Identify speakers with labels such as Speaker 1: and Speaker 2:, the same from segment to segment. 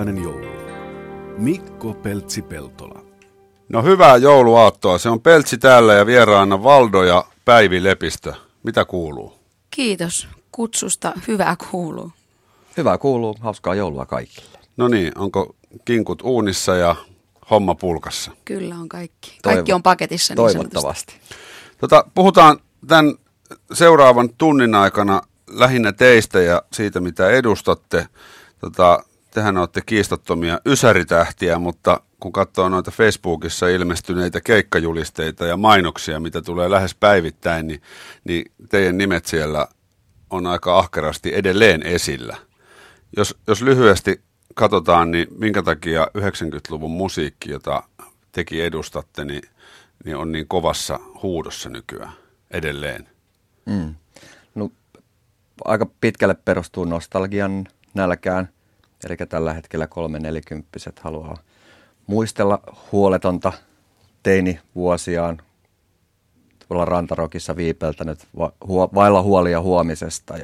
Speaker 1: Minkälainen joulu? Mikko Peltsi-Peltola.
Speaker 2: No hyvää jouluaattoa. Se on Peltsi täällä ja vieraana Valdo ja Päivi Lepistö. Mitä kuuluu?
Speaker 3: Kiitos kutsusta. Hyvää kuuluu.
Speaker 4: Hyvää kuuluu. Hauskaa joulua kaikille.
Speaker 2: No niin, onko kinkut uunissa ja homma pulkassa?
Speaker 3: Kyllä on kaikki. Kaikki on paketissa. Niin
Speaker 4: toivottavasti.
Speaker 2: Puhutaan tämän seuraavan tunnin aikana lähinnä teistä ja siitä, mitä edustatte. Tehän olette kiistattomia ysäritähtiä, mutta kun katsoo noita Facebookissa ilmestyneitä keikkajulisteita ja mainoksia, mitä tulee lähes päivittäin, niin teidän nimet siellä on aika ahkerasti edelleen esillä. Jos lyhyesti katsotaan, niin minkä takia 90-luvun musiikki, jota tekin edustatte, niin on niin kovassa huudossa nykyään edelleen?
Speaker 4: No, aika pitkälle perustuu nostalgian nälkään. Eli tällä hetkellä 3-40-vuotiaat haluaa muistella huoletonta teinivuosiaan, tuolla rantarokissa viipeltänyt vailla huolia huomisesta.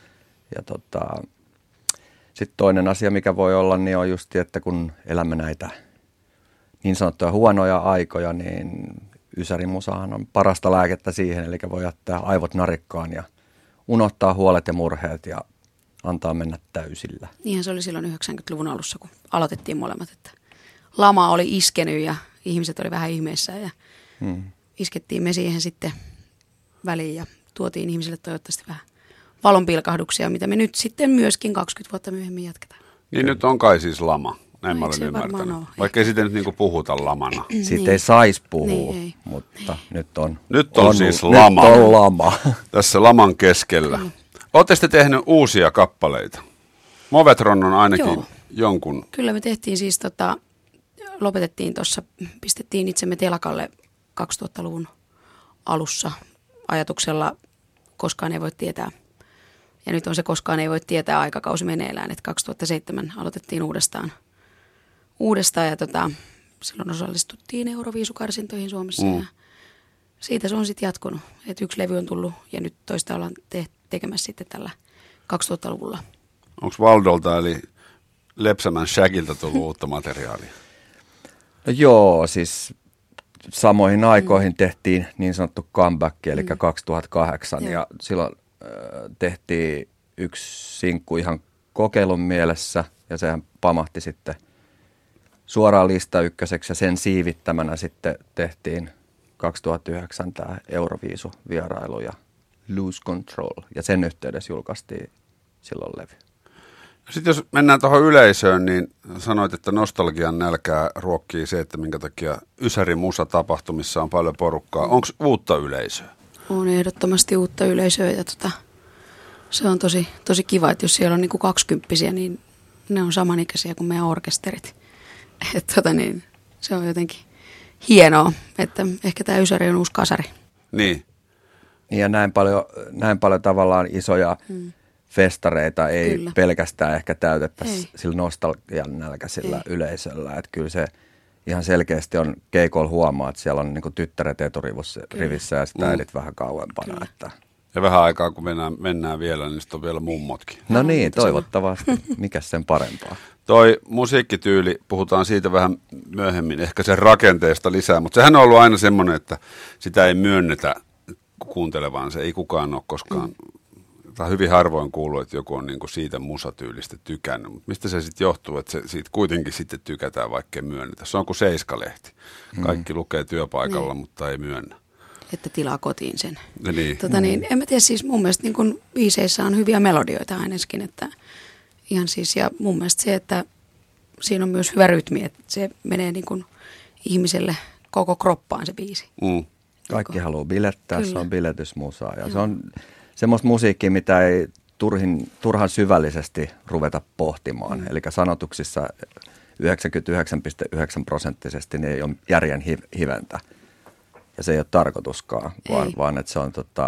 Speaker 4: Sitten toinen asia, mikä voi olla, niin on just, että kun elämme näitä niin sanottuja huonoja aikoja, niin ysärimusahan on parasta lääkettä siihen, eli voi jättää aivot narikkaan ja unohtaa huolet ja murheet ja antaa mennä täysillä.
Speaker 3: Niinhän se oli silloin 90-luvun alussa, kun aloitettiin molemmat, että lama oli iskenyt ja ihmiset oli vähän ihmeissään ja iskettiin me siihen sitten väliin ja tuotiin ihmisille toivottavasti vähän valonpilkahduksia, mitä me nyt sitten myöskin 20 vuotta myöhemmin jatketaan.
Speaker 2: Niin nyt on kai siis lama, näin mä olen ymmärtänyt. Vaikka ei siitä nyt niinku puhuta lamana.
Speaker 4: Siitä ei saisi puhua, mutta nyt on.
Speaker 2: Nyt on siis lama.
Speaker 4: Nyt on lama.
Speaker 2: Tässä laman keskellä. Oletteko te tehnyt uusia kappaleita? Movetron on ainakin jonkun.
Speaker 3: Kyllä me tehtiin siis, lopetettiin tuossa, pistettiin itsemme telakalle 2000-luvun alussa ajatuksella koskaan ei voi tietää. Ja nyt on se koskaan ei voi tietää aikakausi meneillään, että 2007 aloitettiin uudestaan ja silloin osallistuttiin Euroviisukarsintoihin Suomessa ja siitä se on sitten jatkunut. Että yksi levy on tullut ja nyt toista ollaan tekemässä sitten tällä 2000-luvulla.
Speaker 2: Onko Valdolta eli Lepsämän Shagilta tullut uutta materiaalia?
Speaker 4: No joo, siis samoihin aikoihin tehtiin niin sanottu comeback, eli 2008 ja silloin tehtiin yksi sinkku ihan kokeilun mielessä ja sehän pamahti sitten suoraan lista ykköseksi ja sen siivittämänä sitten tehtiin 2009 tämä Euroviisu-vierailu ja Lose Control ja sen yhteydessä julkaistiin silloin levy.
Speaker 2: Sitten jos mennään tuohon yleisöön, niin sanoit, että nostalgian nälkää ruokkii se, että minkä takia Ysäri-musa-tapahtumissa on paljon porukkaa. Onko uutta yleisöä? On
Speaker 3: ehdottomasti uutta yleisöä ja se on tosi kiva, että jos siellä on niinku 20-vuotiaita, niin ne on samanikäisiä kuin meidän orkesterit. Se on jotenkin hienoa, että ehkä tämä Ysäri on uusi kasari.
Speaker 2: Niin.
Speaker 4: Ja näin paljon tavallaan isoja festareita ei kyllä pelkästään ehkä täytettäisi sillä nostalgian nälkäisellä yleisöllä. Että kyllä se ihan selkeästi on keikoilla huomaa, että siellä on niinku tyttäret eturivissä ja sitä äidit vähän kauempana. Että.
Speaker 2: Ja vähän aikaa kun mennään vielä, niin sitten on vielä mummotkin.
Speaker 4: No niin, toivottavasti. Mikäs sen parempaa?
Speaker 2: Toi musiikkityyli, puhutaan siitä vähän myöhemmin, ehkä sen rakenteesta lisää, mutta sehän on ollut aina semmoinen, että sitä ei myönnetä kuuntelevan. Se ei kukaan ole koskaan, tai hyvin harvoin kuullut, että joku on niinku siitä musatyylistä tykännyt. Mutta mistä se sitten johtuu, että siitä kuitenkin sitten tykätään, vaikka ei myönnetä? Se on kuin Seiska-lehti. Kaikki lukee työpaikalla, mutta ei myönnä.
Speaker 3: Että tilaa kotiin sen.
Speaker 2: Niin.
Speaker 3: En mä tiedä, siis mun mielestä niin kun biiseissä on hyviä melodioita ainakin, että ihan siis, ja mun mielestä se, että siinä on myös hyvä rytmi, että se menee niin kuin ihmiselle koko kroppaan se biisi.
Speaker 4: Kaikki haluaa bilettää, kyllä. Se on biletysmusaa ja se on semmoista musiikkia, mitä ei turhan syvällisesti ruveta pohtimaan. Eli sanotuksissa 99,9% niin ei ole järjen hiventä. Ja se ei ole tarkoituskaan, vaan että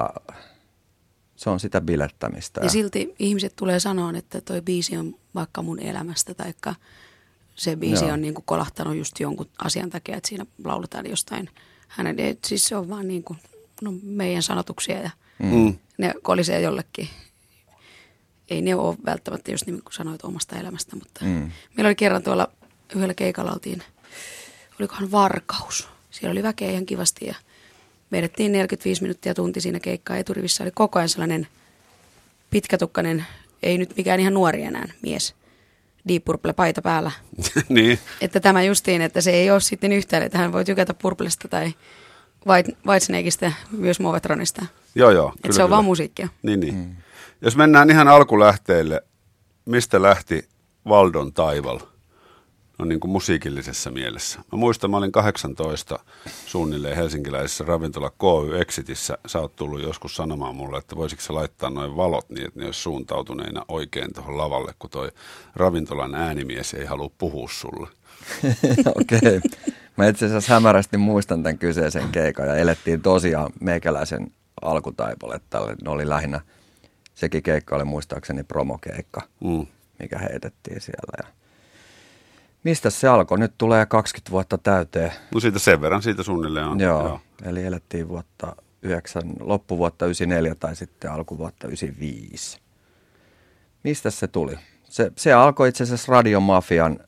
Speaker 4: se on sitä bilettämistä.
Speaker 3: Ja silti ihmiset tulee sanoa, että toi biisi on vaikka mun elämästä, taikka se biisi on niin kuin kolahtanut just jonkun asian takia, että siinä lauletaan jostain hänen. Siis se on vaan niin kuin, meidän sanotuksia ja ne kolisee jollekin ei ne ole välttämättä just niin kuin sanoit omasta elämästä, mutta meillä oli kerran tuolla yhdellä keikalla olikohan Varkaus. Siellä oli väkeä ihan kivasti ja vedettiin 45 minuuttia tunti siinä keikkaa. Eturivissä oli koko ajan sellainen pitkätukkainen, ei nyt mikään ihan nuori enää mies, Deep Purple paita päällä.
Speaker 2: Niin.
Speaker 3: Että tämä justiin, että se ei ole sitten yhtään, että hän voi tykätä Purplesta tai Whitesnakeista, myös Movetronista.
Speaker 2: Joo.
Speaker 3: Että se on vaan musiikkia.
Speaker 2: Niin. Jos mennään ihan alkulähteille, mistä lähti Valdon taival? No niin kuin musiikillisessa mielessä. Mä muistan, mä olin 18 suunnilleen helsinkiläisessä ravintola KY Exitissä. Sä oot tullut joskus sanomaan mulle, että voisitko sä laittaa noin valot niin, että ne olisi suuntautuneina oikein tuohon lavalle, kun toi ravintolan äänimies ei halua puhua sulle.
Speaker 4: Okei. Mä itse asiassa hämärästi muistan tämän kyseisen keikan ja elettiin tosiaan meikäläisen alkutaipale tälle. Ne oli lähinnä, sekin keikka oli muistaakseni promokeikka, mikä heitettiin siellä. Ja mistä se alkoi? Nyt tulee 20 vuotta täyteen.
Speaker 2: No siitä sen verran, siitä suunnilleen on.
Speaker 4: Joo. Eli elettiin loppuvuotta 94 tai sitten alkuvuotta 95. Mistä se tuli? Se alkoi itse asiassa Radiomafian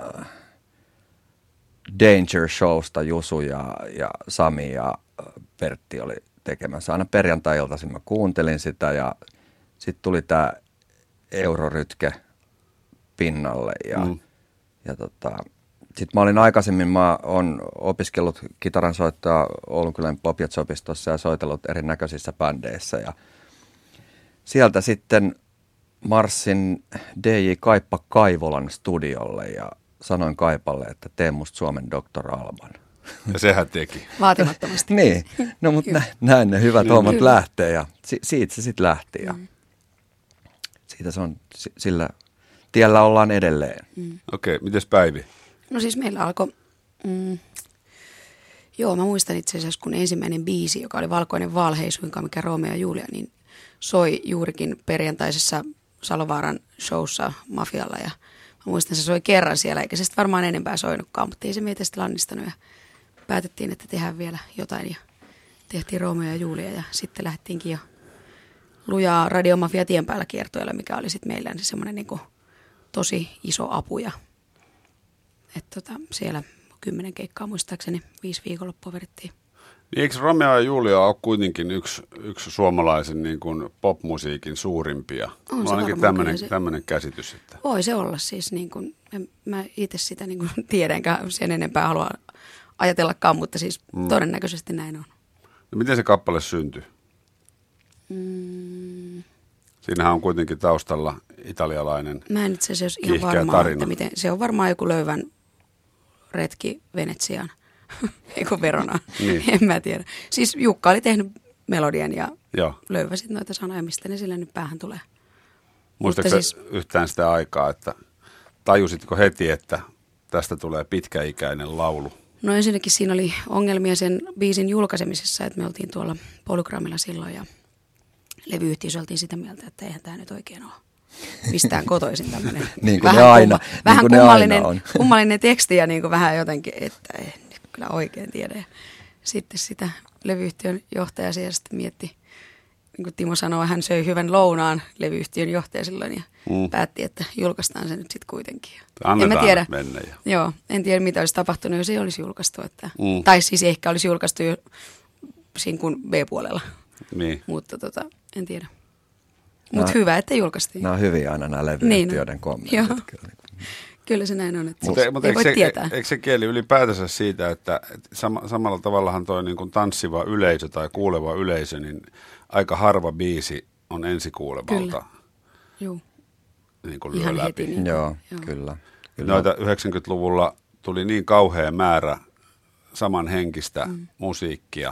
Speaker 4: Danger Showsta. Jusu ja Sami ja Pertti oli tekemässä. Aina perjantai-iltaisin mä kuuntelin sitä ja sitten tuli tämä Eurorytke pinnalle ja sitten mä olin aikaisemmin, mä oon opiskellut kitaransoittoa Oulunkylän Pop Jazz-opistossa ja soitellut erinäköisissä bändeissä ja sieltä sitten marssin DJ Kaippa Kaivolan studiolle ja sanoin Kaipalle, että tee musta Suomen Dr. Alban.
Speaker 2: Ja sehän teki.
Speaker 3: Vaatimattomasti.
Speaker 4: Niin, no mutta näin ne hyvät hommat lähtee ja siitä se sitten lähti ja siitä se on, sillä tiellä ollaan edelleen.
Speaker 2: Okei, mites Päivi?
Speaker 3: No siis meillä alkoi, mä muistan itse asiassa, kun ensimmäinen biisi, joka oli Valkoinen Valhei, suinkaan mikä Romeo ja Julia, niin soi juurikin perjantaisessa Salovaaran showssa Mafialla. Ja mä muistan, se soi kerran siellä, eikä se sitten varmaan enempää soinutkaan, mutta ei se meitä sitten lannistanut. Ja päätettiin, että tehdään vielä jotain ja tehtiin Romeo ja Julia ja sitten lähdettiinkin jo lujaa Radiomafia tien päällä kiertueella, mikä oli sitten meillä semmoinen niinku tosi iso apu ja että siellä 10 keikkaa muistaakseni 5 viikonloppua vedettiin.
Speaker 2: Niin eikö Romeo ja Julia ole kuitenkin yksi suomalaisen niin kuin popmusiikin suurimpia?
Speaker 3: On se
Speaker 2: ainakin tämmöinen käsitys. Että
Speaker 3: voi se olla siis, niin kuin, mä itse sitä niin kuin tiedän, enkä sen enempää halua ajatellakaan, mutta siis todennäköisesti näin on.
Speaker 2: No miten se kappale syntyi? Siinähän on kuitenkin taustalla italialainen
Speaker 3: mä en itse asiassa ihan varma,
Speaker 2: tarina.
Speaker 3: että miten, se on varmaan joku löydän retki Venetsiaan, eikö Veronaan, niin. En mä tiedä. Siis Jukka oli tehnyt melodian ja löyväsit noita sanoja, mistä ne sille nyt päähän tulee.
Speaker 2: Muistatko siis yhtään sitä aikaa, että tajusitko heti, että tästä tulee pitkäikäinen laulu?
Speaker 3: No ensinnäkin siinä oli ongelmia sen biisin julkaisemisessa, että me oltiin tuolla Polygramilla silloin ja levyyhtiössä oltiin sitä mieltä, että eihän tämä nyt oikein ole mistään kotoisin tämmöinen
Speaker 4: niin kuin vähän
Speaker 3: kummallinen teksti ja niin kuin vähän jotenkin, että en nyt kyllä oikein tiedä. Ja sitten sitä levyyhtiön johtaja siellä sitten mietti, niin kuin Timo sanoi, hän söi hyvän lounaan levyyhtiön johtaja silloin ja päätti, että julkaistaan se nyt sitten kuitenkin.
Speaker 2: En mä tiedä. Mennä.
Speaker 3: Joo, en tiedä mitä olisi tapahtunut, jos ei olisi julkaistu. Että, tai siis ehkä olisi julkaistu jo siinä kuin B-puolella.
Speaker 2: Niin.
Speaker 3: Mutta en tiedä. Mutta hyvä, että julkaistiin.
Speaker 4: Nämä on hyviä aina nämä levyyhtiöiden kommentit.
Speaker 3: Kyllä se näin on, että
Speaker 2: mutta
Speaker 3: ei voi tietää.
Speaker 2: Eikö se kieli ylipäätänsä siitä, että samalla tavallahan toi niin kuin tanssiva yleisö tai kuuleva yleisö, niin aika harva biisi on ensikuulevalta.
Speaker 3: Joo.
Speaker 2: Niin kuin lyö läpi.
Speaker 3: Heti. Niin
Speaker 4: Joo, kyllä.
Speaker 2: Noita 90-luvulla tuli niin kauhea määrä samanhenkistä musiikkia.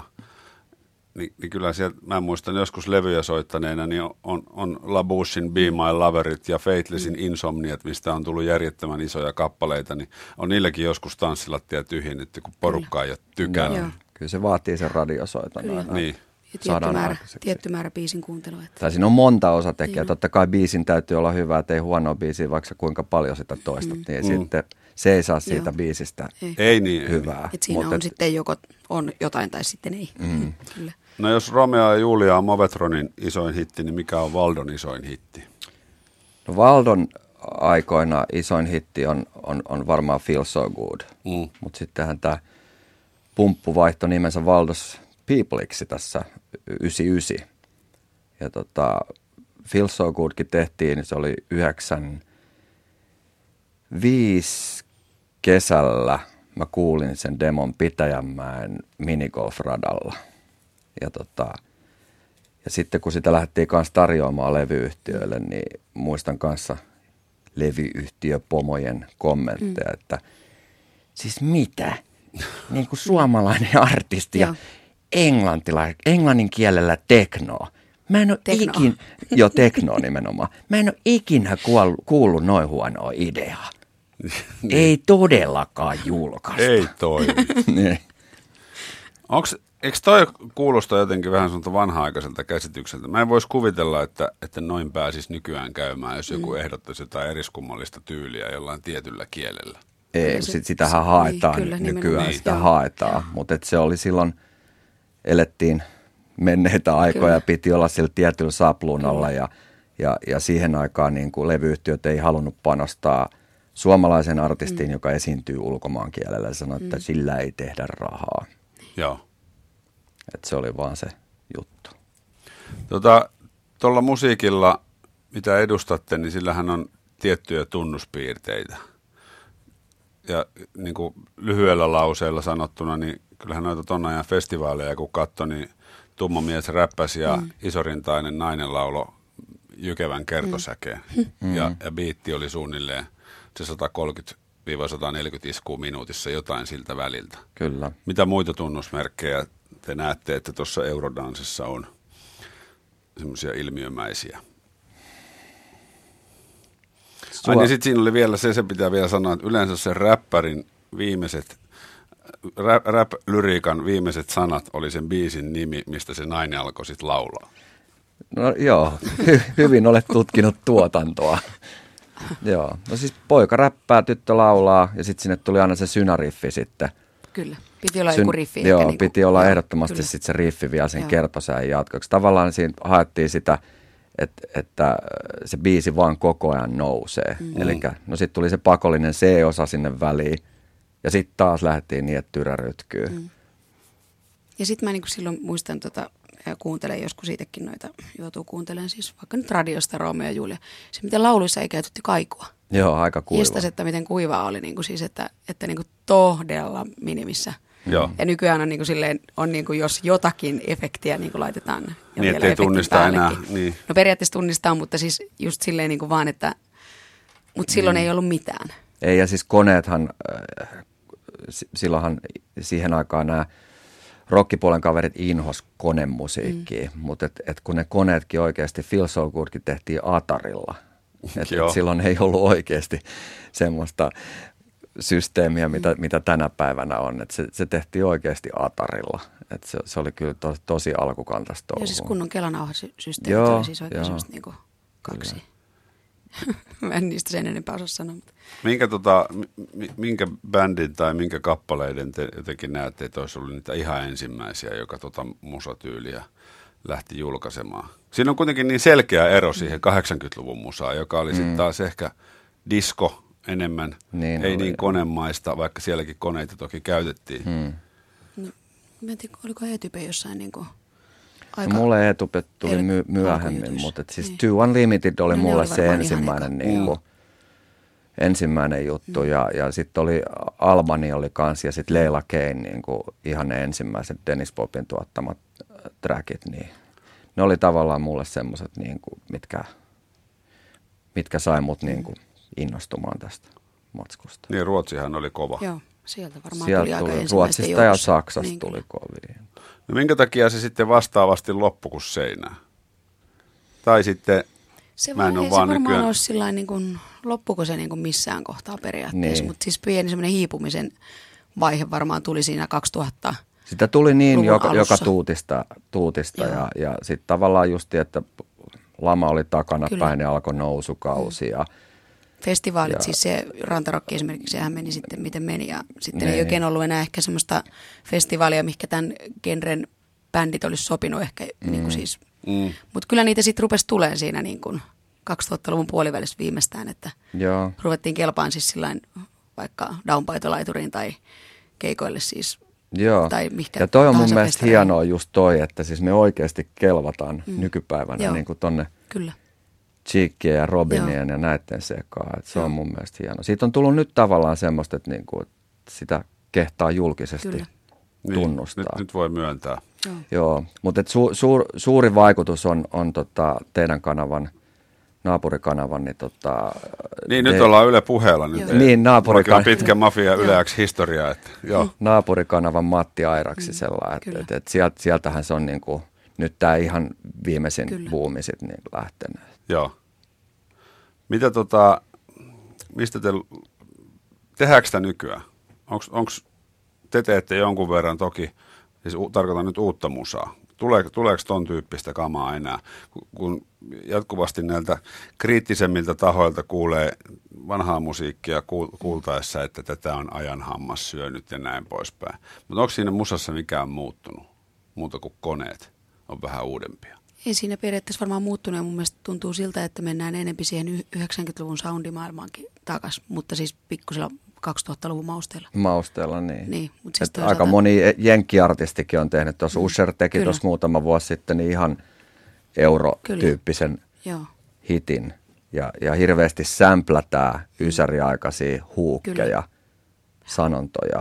Speaker 2: Niin kyllä sieltä, mä muistan joskus levyjä soittaneena, niin on La Boushin Be My Loverit ja Faithlessin Insomniat, mistä on tullut järjettömän isoja kappaleita, niin on niilläkin joskus tanssilattia tyhjennetty, kun porukka ei ole tykännyt.
Speaker 4: Kyllä se vaatii sen radiosoiton.
Speaker 2: Niin.
Speaker 3: Ja tietty määrä biisin kuuntelua.
Speaker 4: Tai siinä on monta osatekijää. Totta kai biisin täytyy olla hyvä, ettei huonoa biisiä, vaikka kuinka paljon sitä toistat, niin sitten se ei saa siitä biisistä hyvää.
Speaker 3: Et siinä on sitten joko on jotain tai sitten ei.
Speaker 2: No jos Romeo ja Julia on Movetronin isoin hitti, niin mikä on Valdon isoin hitti?
Speaker 4: No Valdon aikoina isoin hitti on varmaan Feel So Good, mutta sittenhän tämä pumppu vaihtoi nimensä Valdos Peopleiksi tässä 99. Ja Feel So Goodkin tehtiin, se oli 95 kesällä. Mä kuulin sen demon Pitäjänmäen minigolfradalla. Ja sitten kun sitä lähdettiin kanssa tarjoamaan levyyhtiöille, niin muistan kanssa levyyhtiöpomojen kommentteja, että siis mitä? Niin kuin suomalainen artisti ja englannin kielellä teknoa. Mä en ole teknoa nimenomaan. Mä en ole ikinä kuullut noin huonoa ideaa. Ei todellakaan julkaista.
Speaker 2: Ei toimi.
Speaker 4: Niin.
Speaker 2: Eikö toi kuulosta jotenkin vähän sanota vanha-aikaiselta käsitykseltä? Mä en voisi kuvitella, että noin pääsisi nykyään käymään, jos joku ehdottaisi jotain eriskummallista tyyliä jollain tietyllä kielellä.
Speaker 4: Ei, sitähän haetaan
Speaker 3: kyllä,
Speaker 4: nykyään,
Speaker 3: niin.
Speaker 4: sitä haetaan, mutta se oli silloin, elettiin menneitä aikoja ja piti olla sillä tietyllä sapluunalla ja siihen aikaan niin kuin levyyhtiöt ei halunnut panostaa suomalaisen artistiin, joka esiintyy ulkomaan kielellä ja sanoi, että sillä ei tehdä rahaa.
Speaker 2: Joo.
Speaker 4: Että se oli vaan se juttu.
Speaker 2: Tuolla musiikilla, mitä edustatte, niin sillähän on tiettyjä tunnuspiirteitä. Ja niin kuin lyhyellä lauseella sanottuna, niin kyllähän noita ton ajan festivaaleja kun katsoi, niin tumma mies räppäsi ja isorintainen nainen laulo jykevän kertosäkeen. Ja biitti oli suunnilleen se 130-140 iskua minuutissa, jotain siltä väliltä.
Speaker 4: Kyllä.
Speaker 2: Mitä muita tunnusmerkkejä te näette, että tuossa Eurodansissa on semmoisia ilmiömäisiä? Niin sitten siinä oli vielä se pitää vielä sanoa, että yleensä se räppärin viimeiset, rap-lyriikan viimeiset sanat oli sen biisin nimi, mistä se nainen alkoi sitten laulaa.
Speaker 4: No joo, hyvin olet tutkinut tuotantoa. Joo, no siis poika räppää, tyttö laulaa ja sitten sinne tuli aina se synäriffi sitten.
Speaker 3: Kyllä, piti olla joku riffi.
Speaker 4: Joo, niin piti olla ehdottomasti sitten se riffi vielä sen kertosäen jatkoksi. Tavallaan siinä haettiin sitä, että se biisi vaan koko ajan nousee. Elikkä, no sitten tuli se pakollinen C-osa sinne väliin ja sitten taas lähdettiin niin, että tyrä rytkyy.
Speaker 3: Ja sitten mä niin silloin muistan kuuntelen joskus siitäkin noita, joutuu kuuntelemaan siis vaikka nyt radiosta Romeo ja Julia. Se miten lauluissa ei käytetty kaikua.
Speaker 4: Joo, aika kuiva.
Speaker 3: Hiestas, että miten kuivaa oli niin kuin siis, että niin kuin todella minimissä.
Speaker 2: Joo.
Speaker 3: Ja nykyään on, niin kuin silleen, on niin kuin jos jotakin efektiä niin kuin laitetaan. Ja
Speaker 2: niin, ettei tunnista enää. Niin.
Speaker 3: No periaatteessa tunnistaa, mutta siis just silleen niin kuin vaan, että mutta silloin ei ollut mitään.
Speaker 4: Ei, ja siis koneethan, silloinhan siihen aikaan nämä rockipuolen kaverit inhos konemusiikkiin, mutta et kun ne koneetkin oikeasti, Feel So Goodkin tehtiin Atarilla. Et silloin ei ollut oikeasti semmoista systeemiä, mitä tänä päivänä on. Et se tehtiin oikeasti Atarilla. Et se oli kyllä tosi alkukantaista touhua.
Speaker 3: Ja siis kunnon kelanauhasysteemi oli siis oikein semmoista niinku kaksi. Mä en niistä sen enempää osaa sanoa. Mutta.
Speaker 2: Minkä bändin tai minkä kappaleiden te jotenkin näette, että olisi ollut niitä ihan ensimmäisiä, joka musatyyliä lähti julkaisemaan? Siinä on kuitenkin niin selkeä ero siihen 80-luvun musaan, joka oli sitten taas ehkä disco enemmän, niin ei niin konemaista, vaikka sielläkin koneita toki käytettiin.
Speaker 3: No, mä en tiedä, oliko Etype jossain niin kuin
Speaker 4: aika... No, mulle Etype tuli myöhemmin, mutta siis niin. Two Unlimited oli mulle se ensimmäinen, ensimmäinen juttu. Ja sitten oli Albani oli kans ja sitten Leila Kane, niin kuin ihan ne ensimmäiset Dennis Popin tuottamat trackit, niin ne oli tavallaan mulle semmoiset, niin mitkä sai mut niin kuin innostumaan tästä matskusta.
Speaker 2: Niin, Ruotsihan oli kova.
Speaker 3: Joo, sieltä varmaan tuli aika ensimmäistä
Speaker 4: Ruotsista
Speaker 3: joukossa.
Speaker 4: Ja Saksasta
Speaker 3: niin,
Speaker 4: tuli kovia.
Speaker 2: No minkä takia se sitten vastaavasti loppui kuin seinään? Tai sitten
Speaker 3: se varmaan olisi sillain niin kuin, loppuko se niin kuin missään kohtaa periaatteessa,
Speaker 4: niin.
Speaker 3: Mutta siis pieni semmoinen hiipumisen vaihe varmaan tuli siinä 2000.
Speaker 4: Sitä tuli niin joka tuutista ja sitten tavallaan justi, että lama oli takana päin ja alkoi nousukausi. Ja
Speaker 3: festivaalit, siis se Rantarokki esimerkiksi, sehän meni sitten miten meni ja sitten ei oikein ollut enää ehkä semmoista festivaalia, mihinkä tämän genren bändit olisi sopinut ehkä niin kuin siis. Mutta kyllä niitä sitten rupesi tulemaan siinä niin kuin 2000-luvun puolivälissä viimeistään, että
Speaker 4: Joo.
Speaker 3: ruvettiin kelpaan siis sillain vaikka downpaitolaituriin tai keikoille siis.
Speaker 4: Joo,
Speaker 3: Tai mihinkä
Speaker 4: ja toi on mun
Speaker 3: tahansa
Speaker 4: mielestä
Speaker 3: festareihin.
Speaker 4: hienoa just toi, että siis me oikeasti kelvataan nykypäivänä
Speaker 3: Joo.
Speaker 4: niin kuin tonne
Speaker 3: Kyllä.
Speaker 4: Cheekkien ja Robinien ja näiden sekaan. Että se on mun mielestä hienoa. Siitä on tullut nyt tavallaan semmoista, että niinku, että sitä kehtaa julkisesti
Speaker 3: Kyllä.
Speaker 4: tunnustaa.
Speaker 2: Nyt voi myöntää.
Speaker 4: Joo, mutta suuri vaikutus on teidän kanavan, naapurikanavan.
Speaker 2: Niin, nyt ollaan Yle Puheella. Nyt
Speaker 4: Niin,
Speaker 2: Mullakin on pitkä mafia Yleäksi historia. Että, joo.
Speaker 4: Naapurikanavan Matti Airaksisella. Et sieltähän se on niinku, nyt tämä ihan viimeisin buumi sit niin lähtenyt.
Speaker 2: Joo. Mitä mistä tehdäänkö sitä nykyään? Onks te teette jonkun verran toki, siis tarkoitan nyt uutta musaa. Tuleeko ton tyyppistä kamaa enää, kun jatkuvasti näiltä kriittisemmiltä tahoilta kuulee vanhaa musiikkia kuultaessa, että tätä on ajan hammas syönyt ja näin poispäin. Mutta onko siinä musassa mikään muuttunut, muuta kuin koneet on vähän uudempia?
Speaker 3: Ei siinä periaatteessa varmaan muuttunut ja mun mielestä tuntuu siltä, että mennään enemmän siihen 90-luvun soundimaailmaankin takaisin, mutta siis pikkusella 2000-luvun mausteella.
Speaker 4: Mausteella, niin.
Speaker 3: Mutta siis
Speaker 4: aika moni jenkkiartistikin on tehnyt tuossa. Usher teki tuossa muutama vuosi sitten niin ihan eurotyyppisen hitin. Ja hirveästi sämplätään ysäriaikaisia huukkeja, sanontoja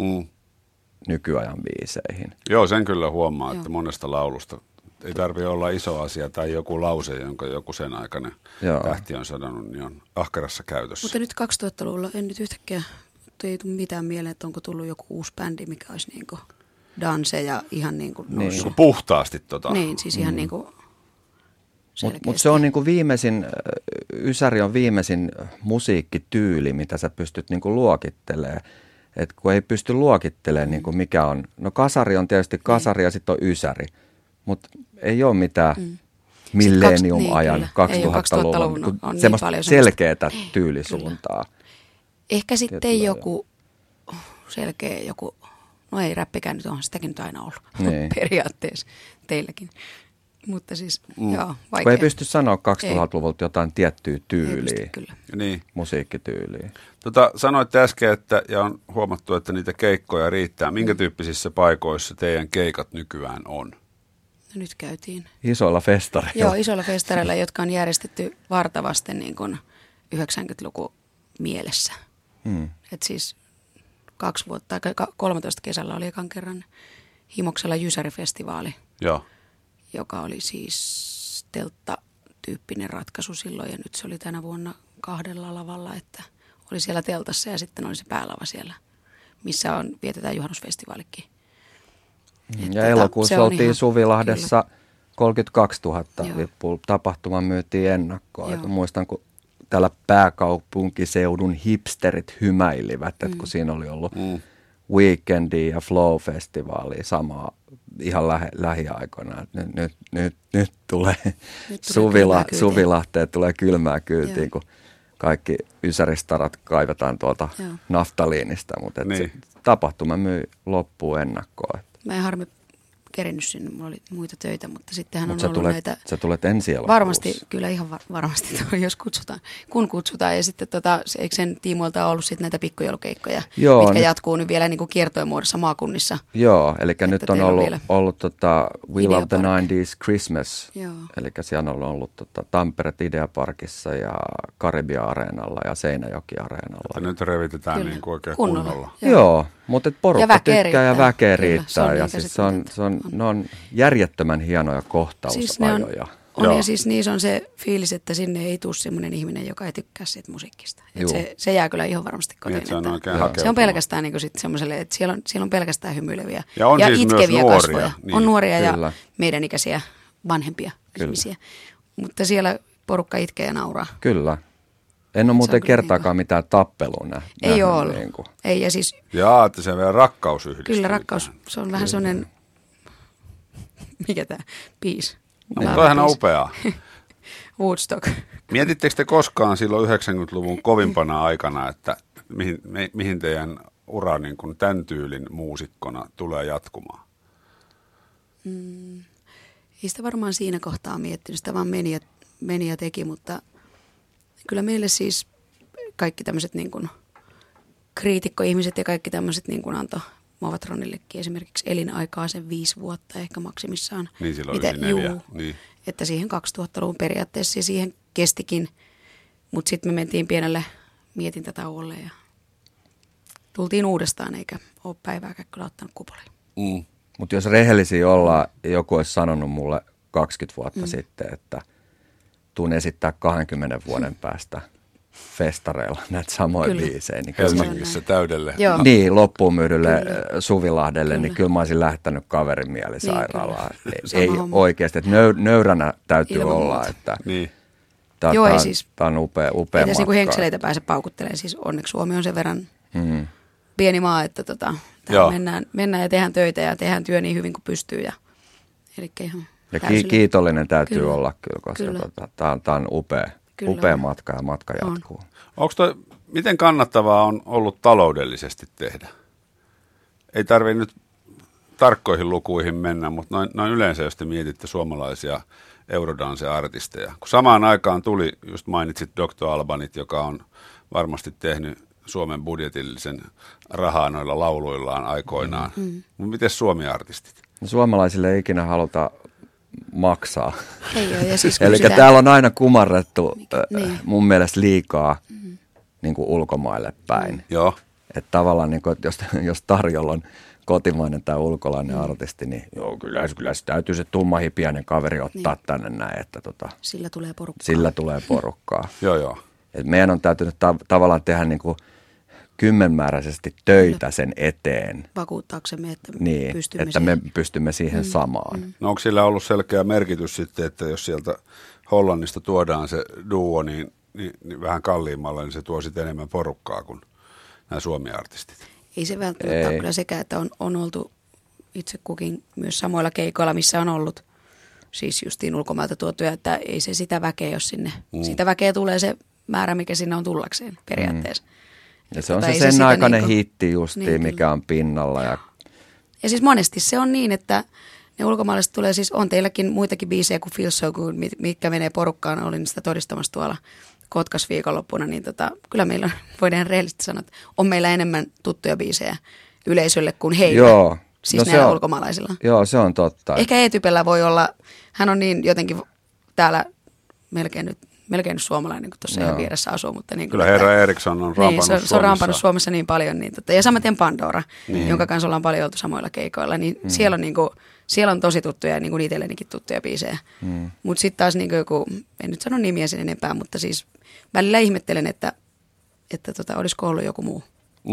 Speaker 4: nykyajan biiseihin.
Speaker 2: Joo, sen kyllä huomaa, että monesta laulusta ei tarvitse olla iso asia tai joku lause, jonka joku sen aikainen tähti on sanonut, niin on ahkerassa käytössä.
Speaker 3: Mutta nyt 2000-luvulla en nyt yhtäkkiä ei tule mitään mieleen, että onko tullut joku uusi bändi, mikä olisi niinku danse ja ihan niinku noussut.
Speaker 2: Niin. Puhtaasti Niin,
Speaker 3: siis ihan niinku selkeästi.
Speaker 4: Mutta se on niinku viimeisin, ysäri on viimeisin musiikkityyli, mitä sä pystyt niinku luokittelemaan. Et kun ei pysty luokittelemaan niinku mikä on, no kasari on tietysti kasari ja sitten on ysäri. Mutta ei ole mitään millennium-ajan 2000-luvun semmoista selkeätä tyylisuuntaa.
Speaker 3: Ehkä sitten joku selkeä joku, no ei räppikään nyt, onhan sitäkin nyt aina ollut periaatteessa teilläkin. Mutta siis joo, vaikea.
Speaker 4: Kun ei pysty sanoa 2000-luvulta jotain tiettyä tyyliä, musiikkityyliä.
Speaker 2: Sanoitte äsken, että, ja on huomattu, että niitä keikkoja riittää. Minkä tyyppisissä paikoissa teidän keikat nykyään on?
Speaker 3: Nyt käytiin.
Speaker 4: Isoilla festareilla.
Speaker 3: Joo, isoilla festareilla, jotka on järjestetty vartavasten niin kuin 90-luku mielessä. Et siis 2 vuotta, 13 kesällä oli ekan kerran Himoksella Jysäri-festivaali, joka oli siis teltta-tyyppinen ratkaisu silloin. Ja nyt se oli tänä vuonna 2 lavalla, että oli siellä teltassa ja sitten oli se päälava siellä, missä vietetään juhannusfestivaalikin.
Speaker 4: Ja elokuussa oltiin Suvilahdessa 32 000 lippua. Tapahtuma myytiin ennakkoon. Muistan, kun täällä pääkaupunkiseudun hipsterit hymäilivät, että kun siinä oli ollut Weekendia ja Flow-festivaalia samaa ihan lähiaikoina. Nyt tulee Suvilahteen, tulee kylmää kyytiin, kun kaikki ysäristarat kaivetaan tuolta naftaliinista, mutta tapahtuma myy loppuun ennakkoon.
Speaker 3: Mä en harmi kerinnyt sinne, mulla oli muita töitä, mutta sittenhän on ollut näitä.
Speaker 4: Sä tulet ensi elokuussa.
Speaker 3: Varmasti, kyllä ihan varmasti, jos kutsutaan, kun kutsutaan. Ja sitten eikö sen tiimoilta ollut sitten näitä pikkujoulukeikkoja, mitkä jatkuu nyt vielä niin kuin kiertojen muodossa maakunnissa.
Speaker 4: Joo, eli nyt on ollut We Love the 90s Christmas, eli siellä on ollut Tampere Ideaparkissa ja Karibia-areenalla ja Seinäjoki-areenalla.
Speaker 2: Ja nyt revitetään niin kuin oikein kunnolla.
Speaker 4: Joo, mutta porukka tykkää ja väkeä riittää. Ja siis ne on järjettömän hienoja kohtauspajoja.
Speaker 3: Ja siis niissä on se fiilis, että sinne ei tule semmoinen ihminen, joka ei tykkää siitä musiikista. Se jää kyllä ihan varmasti kotiin.
Speaker 2: Niin,
Speaker 3: se on pelkästään niin sit semmoiselle, että siellä on pelkästään hymyileviä
Speaker 2: ja siis
Speaker 3: itkeviä
Speaker 2: nuoria,
Speaker 3: kasvoja.
Speaker 2: niin.
Speaker 3: On nuoria ja meidän ikäisiä vanhempia ihmisiä. Mutta siellä porukka itkee ja nauraa.
Speaker 4: Kyllä. En ole muuten kertaakaan mitään tappelua nähnyt.
Speaker 3: Ei ole ollut. Ei, ja siis,
Speaker 2: että se on vielä rakkaus yhdistää.
Speaker 3: Kyllä rakkaus, se on vähän sellainen, mikä tämä, biisi.
Speaker 2: No, toihan on upeaa.
Speaker 3: Woodstock.
Speaker 2: Mietittekö te koskaan silloin 90-luvun kovimpana aikana, että mihin teidän ura niin kuin tämän tyylin muusikkona tulee jatkumaan?
Speaker 3: Ei sitä varmaan siinä kohtaa miettinyt, sitä vaan meni ja teki, mutta kyllä meille siis kaikki tämmöiset niin kuin kriitikkoihmiset ja kaikki tämmöiset niin kuin antoi Movatronillekin esimerkiksi elinaikaa sen 5 vuotta ehkä maksimissaan.
Speaker 2: Niin silloin 94. Niin.
Speaker 3: Että siihen 2000-luvun periaatteessa siihen kestikin, mutta sitten me mentiin pienelle mietintätauolle ja tultiin uudestaan eikä ole päivääkään kyllä ottanut kupoliin.
Speaker 2: Mm.
Speaker 4: Mutta jos rehellisiä ollaan, joku olisi sanonut mulle 20 vuotta sitten, että tuun esittää 20 vuoden päästä festareilla näitä samoja biisejä. Niin
Speaker 2: Helsingissä täydelle.
Speaker 3: Joo.
Speaker 4: Niin, loppuun myydylle Suvilahdelle, niin kyllä mä olisin lähtenyt kaverin mielisairaalaan.
Speaker 3: Niin,
Speaker 4: ei oikeasti, että nöyränä täytyy
Speaker 3: ilman
Speaker 4: olla,
Speaker 3: muuta.
Speaker 4: että
Speaker 2: Niin.
Speaker 4: tämä on upea
Speaker 3: Ei
Speaker 4: matka.
Speaker 3: tässä niin henkseleitä pääse paukuttelemaan, siis onneksi Suomi on sen verran pieni maa, että mennään ja tehdään töitä ja tehdään työ niin hyvin kuin pystyy. Elikkä ihan
Speaker 4: ja
Speaker 3: täysillä.
Speaker 4: kiitollinen täytyy
Speaker 3: Kyllä.
Speaker 4: olla kyllä, koska tämä on upea matka ja matka jatkuu.
Speaker 2: Miten kannattavaa on ollut taloudellisesti tehdä? Ei tarvitse nyt tarkkoihin lukuihin mennä, mutta noin yleensä, jos te mietitte suomalaisia Eurodance-artisteja. Kun samaan aikaan tuli, just mainitsit Dr. Albanit, joka on varmasti tehnyt Suomen budjetillisen rahaa noilla lauluillaan aikoinaan. Miten Suomi-artistit?
Speaker 4: Suomalaisille ei ikinä haluta maksaa.
Speaker 3: Ei ole, ja siis
Speaker 4: Eli
Speaker 3: kysytään-
Speaker 4: täällä on aina kumarrettu
Speaker 3: niin.
Speaker 4: mun mielestä liikaa niin kuin ulkomaille päin.
Speaker 2: Joo.
Speaker 4: Että tavallaan, niin kuin, että jos tarjolla on kotimainen tai ulkolainen artisti, niin joo, kyllä se täytyy se tummahipiäinen kaveri ottaa tänne näin, että
Speaker 3: Sillä tulee porukkaa.
Speaker 4: sillä tulee porukkaa.
Speaker 2: Joo.
Speaker 4: Et meidän on täytynyt tavallaan tehdä niin kuin kymmenmääräisesti töitä sen eteen,
Speaker 3: Vakuuttaaksemme, että
Speaker 4: niin,
Speaker 3: pystymme
Speaker 4: että me pystymme siihen samaan.
Speaker 2: No onko sillä ollut selkeä merkitys sitten, että jos sieltä Hollannista tuodaan se duo, niin vähän kalliimmalla, niin se tuo sitten enemmän porukkaa kuin nämä Suomi-artistit?
Speaker 3: Ei se välttämättä ole kyllä sekä, että on oltu itse kukin myös samoilla keikoilla, missä on ollut siis justiin ulkomailta tuotuja, että ei se sitä väkeä, jos sinne, sitä väkeä tulee se määrä, mikä sinne on tullakseen periaatteessa.
Speaker 4: Ja se on
Speaker 3: Ei
Speaker 4: se
Speaker 3: se
Speaker 4: sen
Speaker 3: sitä
Speaker 4: aikainen
Speaker 3: niinku-
Speaker 4: hitti justiin,
Speaker 3: Niin,
Speaker 4: mikä on pinnalla.
Speaker 3: Ja siis monesti se on niin, että ne ulkomaalaiset tulee siis, on teilläkin muitakin biisejä kuin Feel So Good, mitkä menee porukkaan, olin sitä todistamassa tuolla Kotkas viikonloppuna, niin kyllä meillä on, voidaan rehellisesti sanoa, että on meillä enemmän tuttuja biisejä yleisölle kuin heillä.
Speaker 4: Joo.
Speaker 3: Siis näillä ulkomaalaisilla.
Speaker 4: Joo, se on totta.
Speaker 3: Ehkä E-Typellä voi olla, hän on niin jotenkin täällä melkein nyt suomalainen, kun tuossa ihan vieressä asuu. Mutta niin
Speaker 2: Kyllä herra Eriksson on rampannut Suomessa.
Speaker 3: Se on rampannut Suomessa niin paljon. Niin ja samaten Pandora, jonka kanssa ollaan paljon oltu samoilla keikoilla. Niin siellä, on niin kuin, siellä on tosi tuttuja, niin kuin itsellenikin tuttuja biisejä. Mutta sitten taas niin kuin joku, en nyt sano nimiä sen enempää, mutta siis välillä ihmettelen, että olisiko ollut joku muu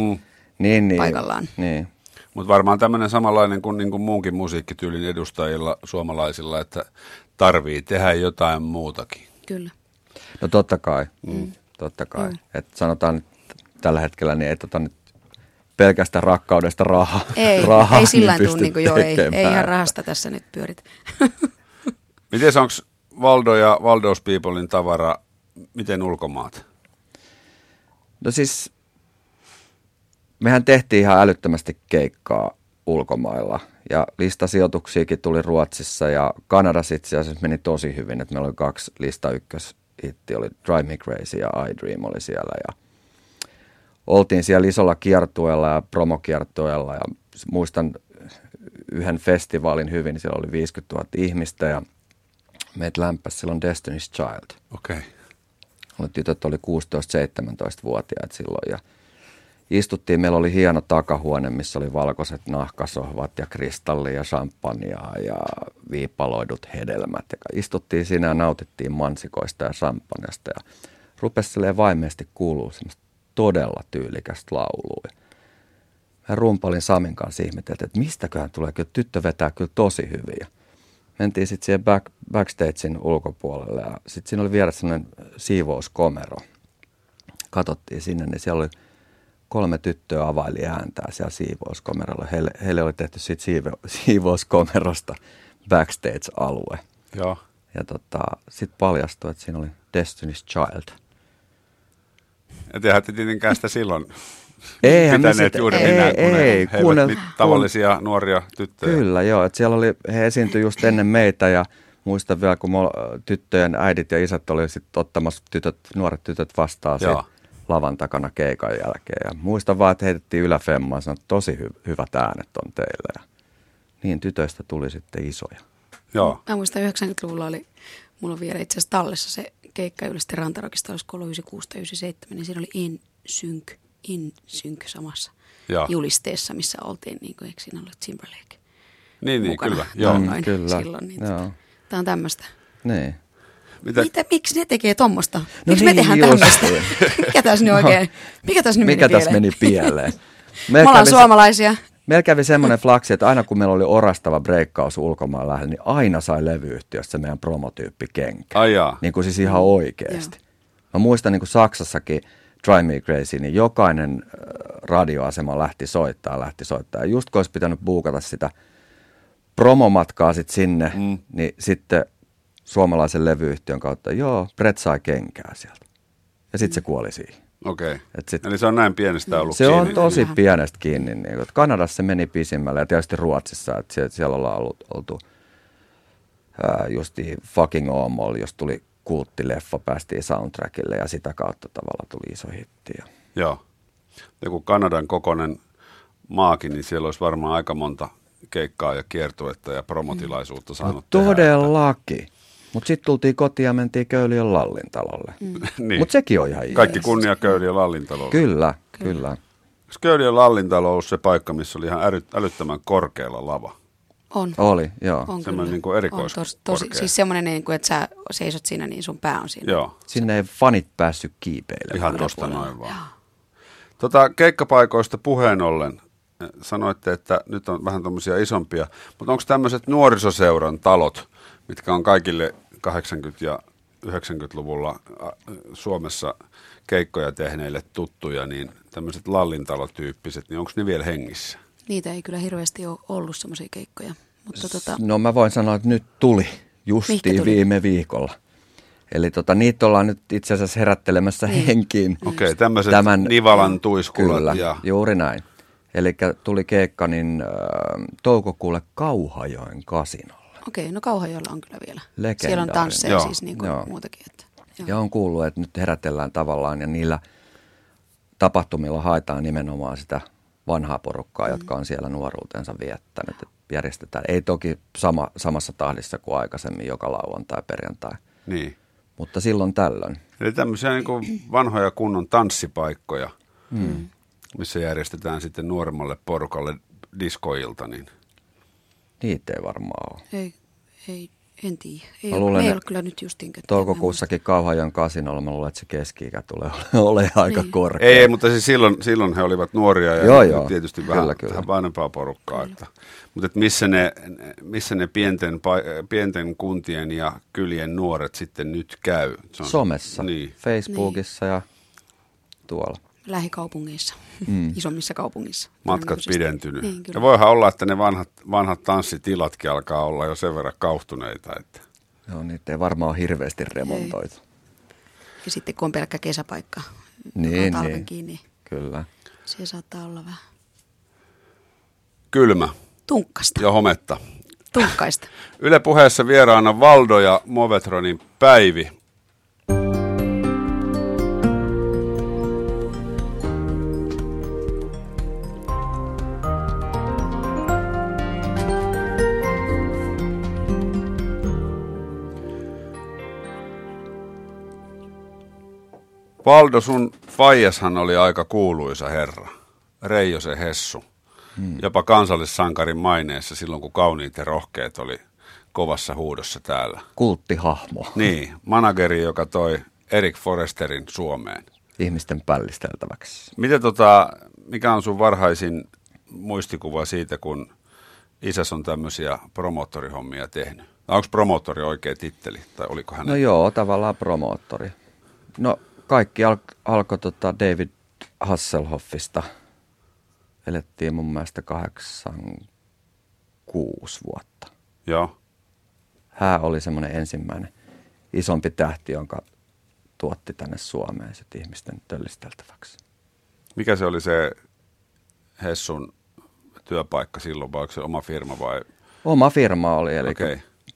Speaker 4: Niin,
Speaker 3: paikallaan.
Speaker 4: Niin.
Speaker 2: Mutta varmaan tämmöinen samanlainen kuin, niin kuin muunkin musiikkityylin edustajilla suomalaisilla, että tarvii tehdä jotain muutakin.
Speaker 3: Kyllä.
Speaker 4: No totta kai. Totta kai. Että sanotaan nyt tällä hetkellä, niin ei nyt pelkästään rakkaudesta rahaa.
Speaker 3: Ei sillä
Speaker 4: niin
Speaker 3: tule, niin kuin, ei ihan rahasta tässä nyt pyörit.
Speaker 2: Miten onko Valdo ja Valdo's Peoplein tavara, miten ulkomaat?
Speaker 4: No siis, mehän tehtiin ihan älyttömästi keikkaa ulkomailla ja listasijoituksiakin tuli Ruotsissa ja Kanadassa itse asiassa meni tosi hyvin, että meillä oli 2 lista ykköshitti, oli Drive Me Crazy ja I Dream oli siellä ja oltiin siellä isolla kiertueella ja promokiertueella ja muistan yhden festivaalin hyvin, siellä oli 50 000 ihmistä ja meitä lämpäsi silloin Destiny's Child.
Speaker 2: Okei.
Speaker 4: Tytöt oli 16-17-vuotiaat silloin ja istuttiin, meillä oli hieno takahuone, missä oli valkoiset nahkasohvat ja kristallia ja champagnea ja viipaloidut hedelmät. Ja istuttiin siinä ja nautittiin mansikoista ja champagnesta ja rupesi vaimeesti kuulua semmoista todella tyylikästä laulua. Mä rumpalin Samin kanssa ihmeteltiin, että mistäköhän tulee, kyllä tyttö vetää kyllä tosi hyvin. Ja mentiin sitten siihen backstagein ulkopuolelle ja sitten siinä oli vieressä semmoinen siivouskomero. Katsottiin sinne, niin siellä oli 3 tyttöä availi ääntää siellä siivouskomerolla. Heille oli tehty siitä siivouskomerosta backstage-alue.
Speaker 2: Joo.
Speaker 4: Ja sitten paljastui, että siinä oli Destiny's Child.
Speaker 2: Ja tehän te tietenkään sitä silloin
Speaker 4: Eihän
Speaker 2: pitäneet juuri minä, kun he tavallisia nuoria tyttöjä.
Speaker 4: Kyllä, joo. Että siellä oli, he esiintyi just ennen meitä ja muistan vielä, kun tyttöjen äidit ja isät oli sitten ottamassa nuoret tytöt vastaan lavan takana keikan jälkeen. Ja muistan vaan, että heitettiin yläfemmaa ja sanoi, että tosi hyvät äänet on teillä. Ja niin tytöistä tuli sitten isoja.
Speaker 2: Joo.
Speaker 3: Mä muistan 90-luvulla mulla on vielä itse asiassa tallessa se keikka Ylisten Rantarokista, olisiko ollut 96 tai 97, niin siinä oli In Sync samassa julisteessa, missä oltiin, niin kuin, eikö siinä ollut Timberlake
Speaker 2: niin,
Speaker 3: mukana?
Speaker 2: kyllä. Joo.
Speaker 4: Kyllä.
Speaker 3: Silloin, niin tää on tämmöistä.
Speaker 4: Niin.
Speaker 3: Miksi ne tekee tommosta?
Speaker 4: No
Speaker 3: Miksi me tehdään tämmöistä? Mikä tässä nyt oikein? Mikä tässä meni pieleen? Me ollaan suomalaisia.
Speaker 4: Meillä kävi semmoinen flaksi, että aina kun meillä oli orastava breikkaus ulkomaan lähellä, niin aina sai levyyhtiöstä se meidän promotyyppi kenkä. Niin kuin siis ihan oikeasti. Mä muistan niin kuin Saksassakin Drive Me Crazy, niin jokainen radioasema lähti soittaa. Ja just kun olisi pitänyt buukata sitä promomatkaa sit sinne, niin sitten suomalaisen levyyhtiön kautta, Brett sai kenkää sieltä. Ja sitten se kuoli siihen.
Speaker 2: Okei. Eli se on näin pienestä ollut
Speaker 4: se
Speaker 2: kiinni.
Speaker 4: Se on tosi pienestä kiinni. Niin, Kanadassa se meni pisimmälle ja tietysti Ruotsissa. Että siellä ollaan oltu justi Fucking Åmål, jos tuli kulttileffa, päästiin soundtrackille ja sitä kautta tavalla tuli iso hitti.
Speaker 2: Joo. Ja kun Kanadan kokoinen maakin, niin siellä olisi varmaan aika monta keikkaa ja kiertuetta ja promotilaisuutta saanut tehdä.
Speaker 4: Todellakin. Mutta sitten tultiin kotiin ja mentiin Köyliön Lallintalolle.
Speaker 2: Niin.
Speaker 4: Mutta sekin on ihan
Speaker 2: kaikki kunnia Köyliön Lallintalolle.
Speaker 4: Kyllä.
Speaker 2: Köyliön Lallintalo on ollut se paikka, missä oli ihan älyttömän korkealla lava.
Speaker 3: On.
Speaker 4: Oli, joo.
Speaker 3: On
Speaker 2: semmoinen niin kuin erikoiskorkea.
Speaker 3: Siis semmoinen, niin kuin, että sä seisot siinä, niin sun pää on siinä.
Speaker 2: Joo.
Speaker 4: Sinne ei fanit päässyt kiipeilemään.
Speaker 2: Ihan tosta noin vaan. Keikkapaikoista puheen ollen, sanoitte, että nyt on vähän tommosia isompia, mutta onko tämmöiset nuorisoseuran talot, mitkä on kaikille 80- ja 90-luvulla Suomessa keikkoja tehneille tuttuja, niin tämmöiset lallintalotyyppiset, niin onko ne vielä hengissä?
Speaker 3: Niitä ei kyllä hirveästi ole ollut semmoisia keikkoja. Mutta
Speaker 4: No mä voin sanoa, että nyt tuli justiin viime viikolla. Eli niitä ollaan nyt itse asiassa herättelemässä henkiin.
Speaker 2: Okei, tämmöiset Nivalan tuiskulat.
Speaker 4: Kyllä, juuri näin. Eli tuli keikka niin toukokuulle Kauhajoen kasinolla.
Speaker 3: Okei, no Kauhajoella on kyllä vielä.
Speaker 4: Legendaarinen.
Speaker 3: Siellä on tansseja siis niin kuin muutakin. Että,
Speaker 4: ja on kuullut, että nyt herätellään tavallaan ja niillä tapahtumilla haetaan nimenomaan sitä vanhaa porukkaa, jotka on siellä nuoruutensa viettänyt. Järjestetään, ei toki samassa tahdissa kuin aikaisemmin joka lauantai, perjantai.
Speaker 2: Niin.
Speaker 4: Mutta silloin tällöin.
Speaker 2: Eli tämmöisiä niin kuin vanhoja kunnon tanssipaikkoja, missä järjestetään sitten nuoremmalle porukalle diskoilta. Niin.
Speaker 4: Niitä ei varmaan ole.
Speaker 3: Ei, en tiedä. Ei ole kyllä nyt justiinkaan.
Speaker 4: Toukokuussakin Kauhajoen kasinolla, mä luulen, että se keski-ikä tulee olemaan aika korkea.
Speaker 2: Ei, mutta siis silloin he olivat nuoria ja tietysti vähän vanhempaa porukkaa.
Speaker 4: Kyllä.
Speaker 2: Mutta missä ne pienten kuntien ja kylien nuoret sitten nyt käy?
Speaker 4: Somessa, Facebookissa ja tuolla.
Speaker 3: Lähikaupungeissa, isommissa kaupungissa.
Speaker 2: Matkat pidentynyt. Niin, ja voihan olla, että ne vanhat tanssitilatkin alkaa olla jo sen verran kauhtuneita. Että.
Speaker 4: Joo, niitä ei varmaan ole hirveästi remontoitu.
Speaker 3: Ja sitten kun on pelkkä kesäpaikka,
Speaker 4: niin,
Speaker 3: talven kiinni,
Speaker 4: kyllä.
Speaker 3: Se saattaa olla vähän
Speaker 2: kylmä.
Speaker 3: Tunkkasta.
Speaker 2: Ja hometta.
Speaker 3: Tunkkaista.
Speaker 2: Yle Puheessa vieraana Valdo ja Movetronin Päivi. Valdo, sun faijashan oli aika kuuluisa herra, Reijosen Hessu, jopa kansallissankarin maineessa silloin, kun Kauniit ja rohkeet oli kovassa huudossa täällä.
Speaker 4: Kulttihahmo.
Speaker 2: Niin, manageri, joka toi Erik Forresterin Suomeen.
Speaker 4: Ihmisten pällisteltäväksi.
Speaker 2: Mikä on sun varhaisin muistikuva siitä, kun isäs on tämmöisiä promoottorihommia tehnyt? Onko promoottori oikea titteli, tai oliko hän?
Speaker 4: No joo, tavallaan promoottori. No kaikki alkoi David Hasselhoffista. Elettiin mun mielestä 86 vuotta.
Speaker 2: Joo.
Speaker 4: Hän oli semmoinen ensimmäinen isompi tähti, jonka tuotti tänne Suomeen sit ihmisten töllisteltäväksi.
Speaker 2: Mikä se oli se Hessun työpaikka silloin, vai onko se oma firma vai?
Speaker 4: Oma firma oli, eli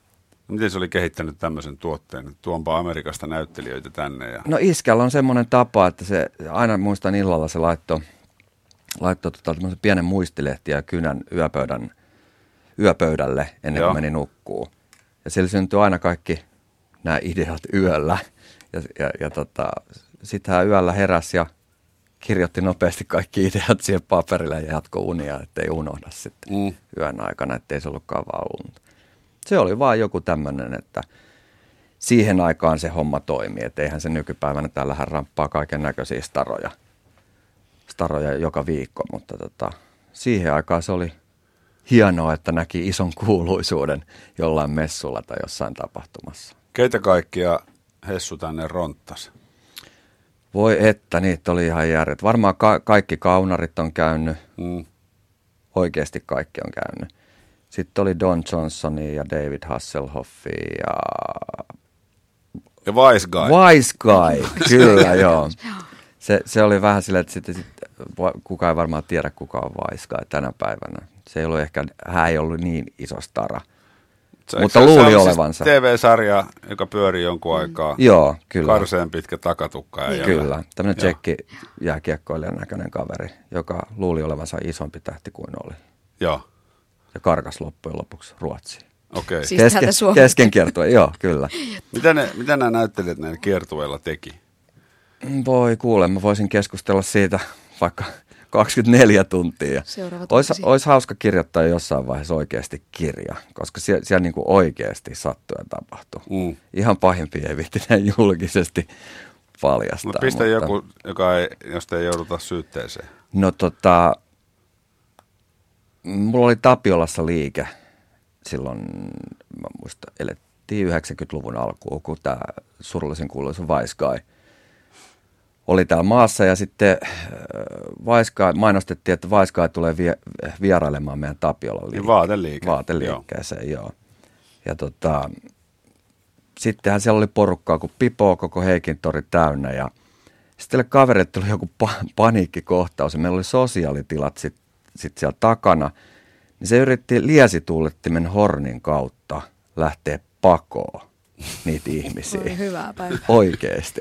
Speaker 2: Miten se oli kehittänyt tämmöisen tuotteen? Tuonpa Amerikasta näyttelijöitä tänne. Ja...
Speaker 4: No iskällä on semmoinen tapa, että se aina muistan illalla se laittoi pienen muistilehti ja kynän yöpöydälle ennen kuin meni nukkuu. Ja sillä syntyi aina kaikki nämä ideat yöllä. Ja sitten hän yöllä heräsi ja kirjoitti nopeasti kaikki ideat siihen paperille ja jatkoi unia, ettei unohda sitten yön aikana, ettei se ollutkaan vaan unta. Se oli vaan joku tämmöinen, että siihen aikaan se homma toimii, että eihän se nykypäivänä täällähän ramppaa kaiken näköisiä staroja joka viikko, mutta siihen aikaan se oli hienoa, että näki ison kuuluisuuden jollain messulla tai jossain tapahtumassa.
Speaker 2: Keitä kaikkia Hessu tänne ronttasi?
Speaker 4: Voi että, niitä oli ihan järjet. Varmaan kaikki kaunarit on käynyt. Oikeasti kaikki on käynyt. Sitten oli Don Johnsonia ja David Hasselhoffia ja...
Speaker 2: Ja Wise Guy.
Speaker 4: Wise Guy, kyllä joo. Se oli vähän silleen, että sitten kukaan ei varmaan tiedä, kuka on Wise Guy tänä päivänä. Hän ei ollut niin iso stara. Mutta luuli olevansa.
Speaker 2: Siis TV-sarja, joka pyörii jonkun aikaa.
Speaker 4: Joo, kyllä.
Speaker 2: Karseen pitkä takatukka. Ja
Speaker 4: kyllä, tämmöinen tsekki jääkiekkoilijan näköinen kaveri, joka luuli olevansa isompi tähti kuin oli.
Speaker 2: Joo.
Speaker 4: Ja karkas loppujen lopuksi Ruotsiin.
Speaker 2: Okei. Okay.
Speaker 3: Siis
Speaker 4: Kesken kiertue, joo, kyllä.
Speaker 2: Mitä nämä näyttelijät näillä kiertueilla teki?
Speaker 4: Voi kuule, mä voisin keskustella siitä vaikka 24 tuntia. Olisi hauska kirjoittaa jossain vaiheessa oikeasti kirja, koska siellä niin kuin oikeasti sattuu ja tapahtuu. Ihan pahimpia ei viitti näin julkisesti paljastaa.
Speaker 2: No pistä joku, josta ei jouduta syytteeseen.
Speaker 4: No mulla oli Tapiolassa liike silloin, mä muistan, elettiin 90-luvun alkuun, kun tämä surullisen kuuluisa Wise Guy oli täällä maassa ja sitten mainostettiin, että Wise Guy tulee vierailemaan meidän Tapiolan vaateliikkeeseen. Joo. Ja sittenhän siellä oli porukkaa kuin Pipo, koko Heikintori täynnä ja sitten kaverille tuli joku paniikkikohtaus ja meillä oli sosiaalitilat sitten siellä takana. Niin se yritti liesituulettimen hornin kautta lähteä pakoon niitä ihmisiä.
Speaker 3: Oli hyvää päivää.
Speaker 4: Oikeesti.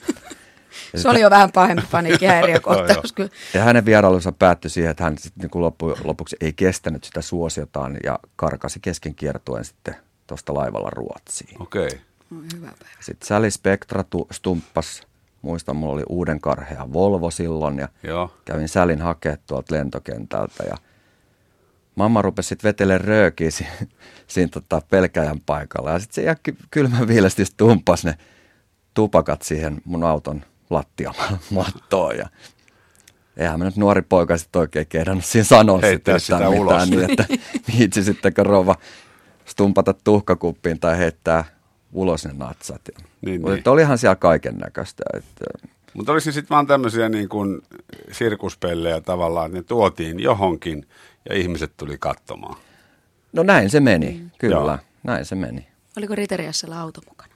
Speaker 3: Se oli jo vähän pahempi paniikkihäiriökohtaus.
Speaker 4: Ja hänen vierailunsa päättyi siihen, että hän sitten niin lopuksi ei kestänyt sitä suosiotaan ja karkasi kesken kiertueen sitten tuosta laivalla Ruotsiin.
Speaker 2: Okei. Okay.
Speaker 3: Hyvä päivä.
Speaker 4: Sitten Sally Spectra stumppasi. Muistan, mulla oli uuden karhea Volvo silloin ja kävin Sälin hakea tuolta lentokentältä ja mamma rupesi sitten vetelemään röökiä siinä pelkäjän paikalla ja sitten se ihan kylmän viilesti stumppasi ne tupakat siihen mun auton lattiamattoon ja eihän mä nyt nuori poika sitten oikein kehdannut siinä sanoa
Speaker 2: sitä
Speaker 4: mitään niin, että viitsi sittenkö rouva stumpata tuhkakuppiin tai heittää ulos ne natsat. Mutta olihan siellä kaiken näköistä.
Speaker 2: Mutta oliko sitten vaan tämmöisiä niin kuin sirkuspellejä tavallaan, että ne tuotiin johonkin ja ihmiset tuli katsomaan?
Speaker 4: No näin se meni, kyllä. Näin se meni.
Speaker 3: Oliko Riteriassella auto mukana?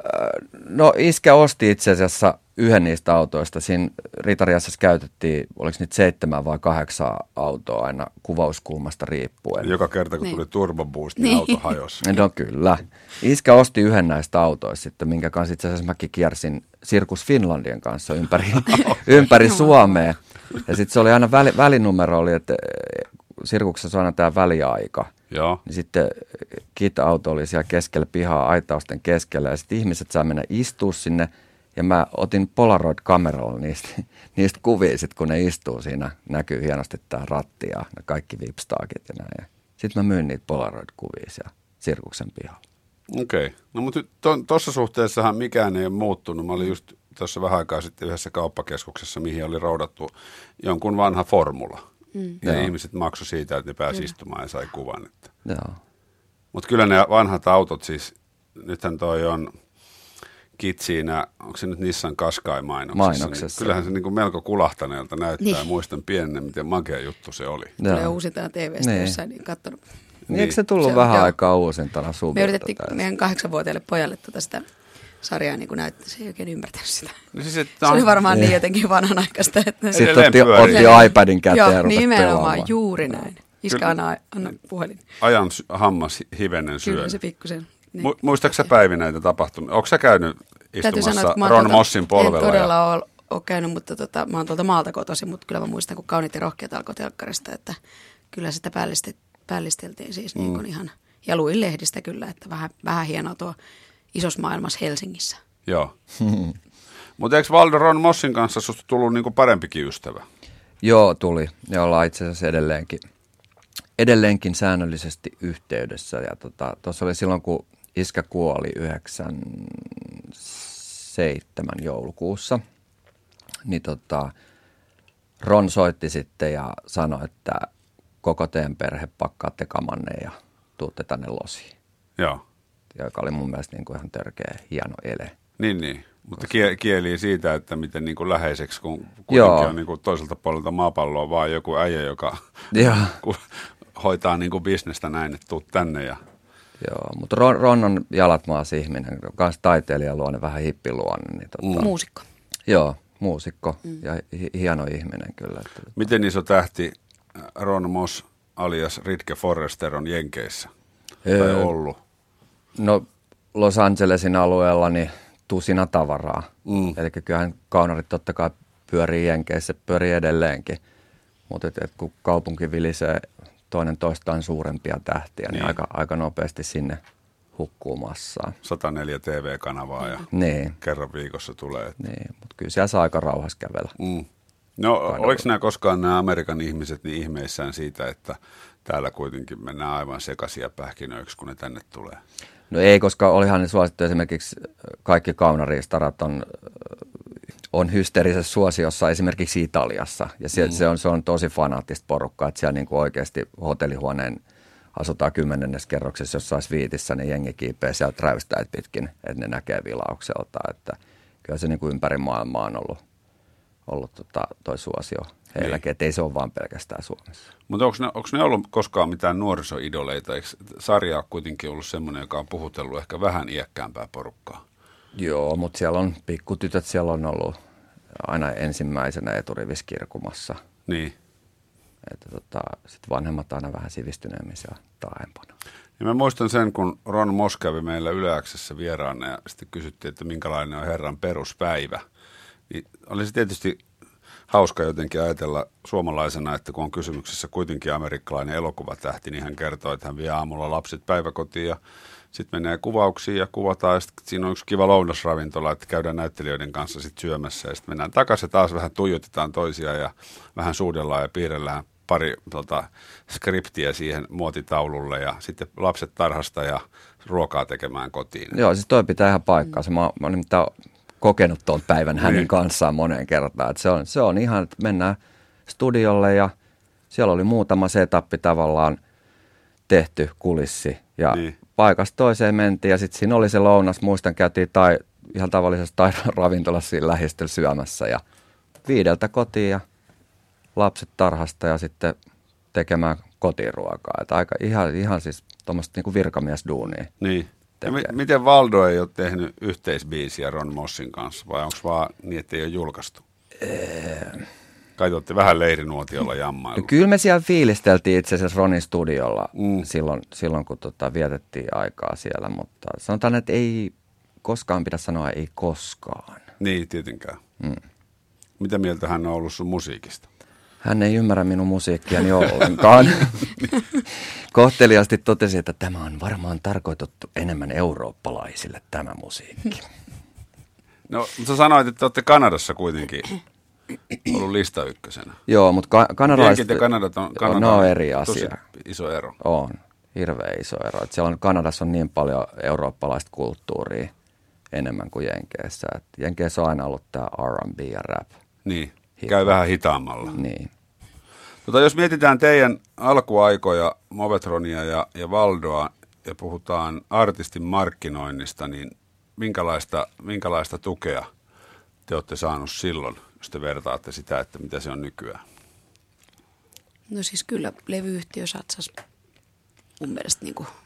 Speaker 4: No iskä osti itse asiassa yhden niistä autoista. Siinä Ritariassassa käytettiin, oliko niitä 7 vai 8 autoa aina kuvauskulmasta riippuen.
Speaker 2: Joka kerta kun tuli turboboost, niin auto hajosi.
Speaker 4: No kyllä. Iskä osti yhden näistä autoista sitten, minkä kanssa itse asiassa mäkin kiersin Sirkus Finlandien kanssa ympäri Suomea. Ja sitten se oli aina välinumero oli, että Sirkuksessa on aina tämä väliaika.
Speaker 2: Joo.
Speaker 4: Niin sitten Kit-auto oli siellä keskellä pihaa, aitausten keskellä ja sitten ihmiset saa mennä istua sinne ja mä otin Polaroid-kameralla niistä kuvia sit, kun ne istuu siinä, näkyy hienosti tämä ratti ja kaikki vipstaakit ja näin. Sitten mä myin niitä Polaroid-kuvia siellä Sirkuksen pihalla.
Speaker 2: Okei. No mutta tuossa suhteessahan mikään ei ole muuttunut. Mä olin just tuossa vähän aikaa sitten yhdessä kauppakeskuksessa, mihin oli roudattu jonkun vanha formula. Ja ihmiset maksoi siitä, että ne pääsi istumaan ja sai kuvan. Mutta kyllä ne vanhat autot siis, nythän toi on Kit siinä, onko se nyt Nissan Qashqai-mainoksessa? Niin kyllähän se niinku melko kulahtaneelta näyttää. Niin. Muistan pienenä, miten makea juttu se oli.
Speaker 3: Tulee uusintaan TV-stä jossain, niin katsonut.
Speaker 4: Niin. Eikö se tullut vähän aikaa uusintana
Speaker 3: Me yritettiin meidän 8-vuotiaille pojalle sitä sarjaa niin näyttää. Se ei oikein ymmärtänyt sitä. No siis, se oli varmaan niin jotenkin vanhanaikaista. Että
Speaker 4: sitten otti iPadin käteen ja rupesi
Speaker 3: nimenomaan juuri näin. Iskä anna puhelin.
Speaker 2: Ajan hammas hivenen syön.
Speaker 3: Kyllä se pikkusen
Speaker 2: Muistatko sä Päivi näitä tapahtumia? Onko sä käynyt istumassa Ron Mossin polvella?
Speaker 3: En todella ole käynyt, mutta mä oon tuolta maalta kotoisin, mutta kyllä mä muistan, kun Kauniit ja rohkeat alkoi telkkarista, että kyllä sitä päällisteltiin siis niin kuin ihan, ja luin lehdistä kyllä, että vähän hienoa tuo isossa maailmassa Helsingissä.
Speaker 2: Joo. Mutta eikö Valdo Ron Mossin kanssa susta tullut niinku parempikin ystävä?
Speaker 4: Joo, tuli. Ja ollaan itse asiassa edelleenkin säännöllisesti yhteydessä. Ja tuossa oli silloin, kun iskä kuoli 97 joulukuussa, niin Ron soitti sitten ja sanoi, että koko teidän perhe pakkaatte kamanne ja tuutte tänne losiin.
Speaker 2: Joo.
Speaker 4: Joka oli mun mielestä niin kuin ihan törkeä hieno ele.
Speaker 2: Niin. Mutta kieli siitä, että miten niin kuin läheiseksi, kun kuitenkin on niin kuin toiselta puolelta maapalloa vaan joku äijä, joka hoitaa niin kuin bisnestä näin, että tuut tänne. Ja...
Speaker 4: Joo, mutta Ron on jalat maassa ihminen, myös taiteilijaluonne, vähän hippiluonne. Niin
Speaker 3: Muusikko.
Speaker 4: Joo, muusikko ja hieno ihminen kyllä.
Speaker 2: Miten iso tähti Ron Moss alias Ritke Forrester on Jenkeissä? Tai ollut? No
Speaker 4: Los Angelesin alueella niin tusina tavaraa. Eli kyllähän kaunarit totta kai pyörii Jenkeissä, pyörii edelleenkin. Mutta kun kaupunki vilisee toinen toistaan suurempia tähtiä, niin aika nopeasti sinne hukkuu massaa.
Speaker 2: 104 TV-kanavaa ja kerran viikossa tulee.
Speaker 4: Niin, mutta kyllä siellä saa aika rauhassa kävellä.
Speaker 2: No oliko nämä Amerikan ihmiset niin ihmeissään siitä, että täällä kuitenkin mennään aivan sekaisia pähkinöiksi, kun ne tänne tulee?
Speaker 4: No ei, koska olihan ne suosittu esimerkiksi kaikki kaunariistarat on hysteerisessä suosiossa esimerkiksi Italiassa. Ja se on tosi fanaattista porukkaa, että siellä niin kuin oikeasti hotellihuoneen asutaan 10. kerroksessa jossain viitissä, niin jengi kiipeää sieltä räystäitä pitkin, että ne näkee vilaukselta. Että kyllä se niin kuin ympäri maailmaa on ollut toi suosio heilläkin, että ei se ole vaan pelkästään Suomessa.
Speaker 2: Mutta onko ne ollut koskaan mitään nuorisoidoleita? Eikö sarja on kuitenkin ollut semmoinen, joka on puhutellut ehkä vähän iäkkäämpää porukkaa?
Speaker 4: Joo, mutta siellä on pikkutytöt, siellä on ollut aina ensimmäisenä eturivissä kirkumassa.
Speaker 2: Niin.
Speaker 4: Että sitten vanhemmat aina vähän sivistyneemmin siellä taaempana.
Speaker 2: Ja mä muistan sen, kun Ron Moss kävi meillä Yle X:ssä vieraana ja sitten kysyttiin, että minkälainen on herran peruspäivä. Niin oli se tietysti hauska jotenkin ajatella suomalaisena, että kun on kysymyksessä kuitenkin amerikkalainen elokuvatähti, niin hän kertoo, että hän vie aamulla lapset päiväkotiin ja sitten menee kuvauksiin ja kuvataan. Ja sitten siinä on yksi kiva lounasravintola, että käydään näyttelijöiden kanssa sitten syömässä ja sitten mennään takaisin ja taas vähän tuijotetaan toisiaan ja vähän suudellaan ja piirrellään pari skriptiä siihen muotitaululle ja sitten lapset tarhasta ja ruokaa tekemään kotiin.
Speaker 4: Joo, siis toi pitää ihan paikkaansa. Mä oon nimittäin kokenut tuon päivän hänen kanssaan moneen kertaan. Että se on ihan, että mennään studiolle ja siellä oli muutama setappi tavallaan tehty kulissi ja paikasta toiseen mentiin ja sitten siinä oli se lounas. Muistan, käytiin ihan tavallisessa ravintolassa siinä lähistöllä syömässä ja 5 kotiin ja lapset tarhasta ja sitten tekemään kotiruokaa. Että aika ihan siis tuommoista niinku virkamiesduunia.
Speaker 2: Niin. Miten Valdo ei ole tehnyt yhteisbiisiä Ron Mossin kanssa vai onko vaan niin, että ei ole julkaistu? Kai te olette vähän leirinuotiolla jammailu.
Speaker 4: No, kyllä me siellä fiilisteltiin itse asiassa Ronin studiolla silloin kun vietettiin aikaa siellä, mutta sanotaan, että ei koskaan pidä sanoa ei koskaan.
Speaker 2: Niin, tietenkään. Mitä mieltä hän on ollut sun musiikista?
Speaker 4: Hän ei ymmärrä minun musiikkiani ollenkaan. Kohteliaasti totesi, että tämä on varmaan tarkoitettu enemmän eurooppalaisille tämä musiikki.
Speaker 2: No, sä sanoit, että olette Kanadassa kuitenkin ollut lista ykkösenä.
Speaker 4: Joo, mutta kanadalaiset...
Speaker 2: Kanada
Speaker 4: on eri asia.
Speaker 2: Iso ero.
Speaker 4: On, hirveä iso ero. Että siellä Kanadassa on niin paljon eurooppalaista kulttuuria enemmän kuin Jenkeissä. Jenkeissä on aina ollut tämä R&B ja rap.
Speaker 2: Niin, käy vähän hitaammalla.
Speaker 4: Niin.
Speaker 2: Jos mietitään teidän alkuaikoja, Movetronia ja Valdoa, ja puhutaan artistin markkinoinnista, niin minkälaista tukea te olette saanut silloin, jos te vertaatte sitä, että mitä se on nykyään?
Speaker 3: No siis kyllä levyyhtiö satsasi mun mielestä niin kuin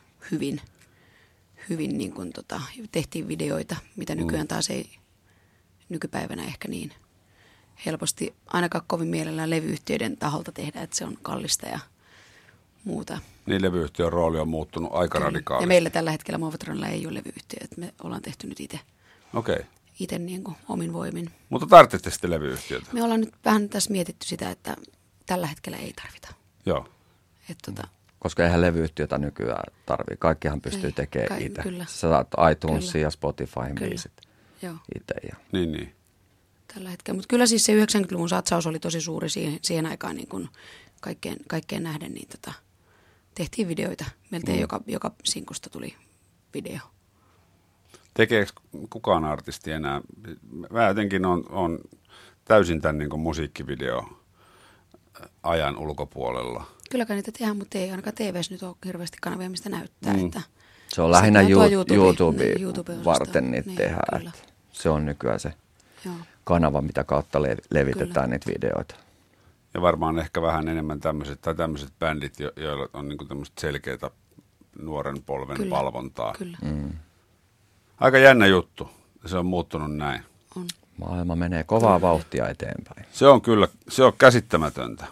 Speaker 3: hyvin niin kuin tehtiin videoita, mitä nykyään taas ei nykypäivänä ehkä niin helposti ainakaan kovin mielellään levyyhtiöiden taholta tehdä, että se on kallista. muuta.
Speaker 2: Niin levyyhtiön rooli on muuttunut aika radikaalisti.
Speaker 3: Ja meillä tällä hetkellä Muovitronilla ei ole levyyhtiö, että me ollaan tehty nyt itse.
Speaker 2: Okei.
Speaker 3: Itse niin kuin omin voimin.
Speaker 2: Mutta tarvitsette sitten levyyhtiötä?
Speaker 3: Me ollaan nyt vähän tässä mietitty sitä, että tällä hetkellä ei tarvita.
Speaker 2: Joo.
Speaker 4: Koska eihän levyyhtiötä nykyään tarvitse. Kaikkihan pystyy tekemään itse.
Speaker 3: Kyllä.
Speaker 4: Sä saat iTunesin ja Spotifyn biisit itse.
Speaker 2: Niin.
Speaker 3: Tällä hetkellä. Mutta kyllä siis se 90-luvun satsaus oli tosi suuri siihen aikaan niin kuin kaikkeen nähden. Niin tehtiin videoita. Meiltä joka sinkusta tuli video.
Speaker 2: Tekeekö kukaan artisti enää? Mä jotenkin on täysin tämän niin kuin musiikkivideo-ajan ulkopuolella.
Speaker 3: Kylläkään niitä tehdään, mutta ei ainakaan TV:ssä nyt ole hirveästi kanavia, mistä näyttää. Että
Speaker 4: se on lähinnä YouTube varten niitä
Speaker 3: niin,
Speaker 4: tehdään. Se on nykyään se kanava, mitä kautta levitetään niitä videoita.
Speaker 2: Ja varmaan ehkä vähän enemmän tämmöiset bändit, joilla on niin kuin tämmöistä selkeää nuoren polven valvontaa.
Speaker 3: Kyllä.
Speaker 2: Aika jännä juttu. Se on muuttunut näin.
Speaker 3: On.
Speaker 4: Maailma menee kovaa vauhtia eteenpäin.
Speaker 2: Se on kyllä, se on käsittämätöntä.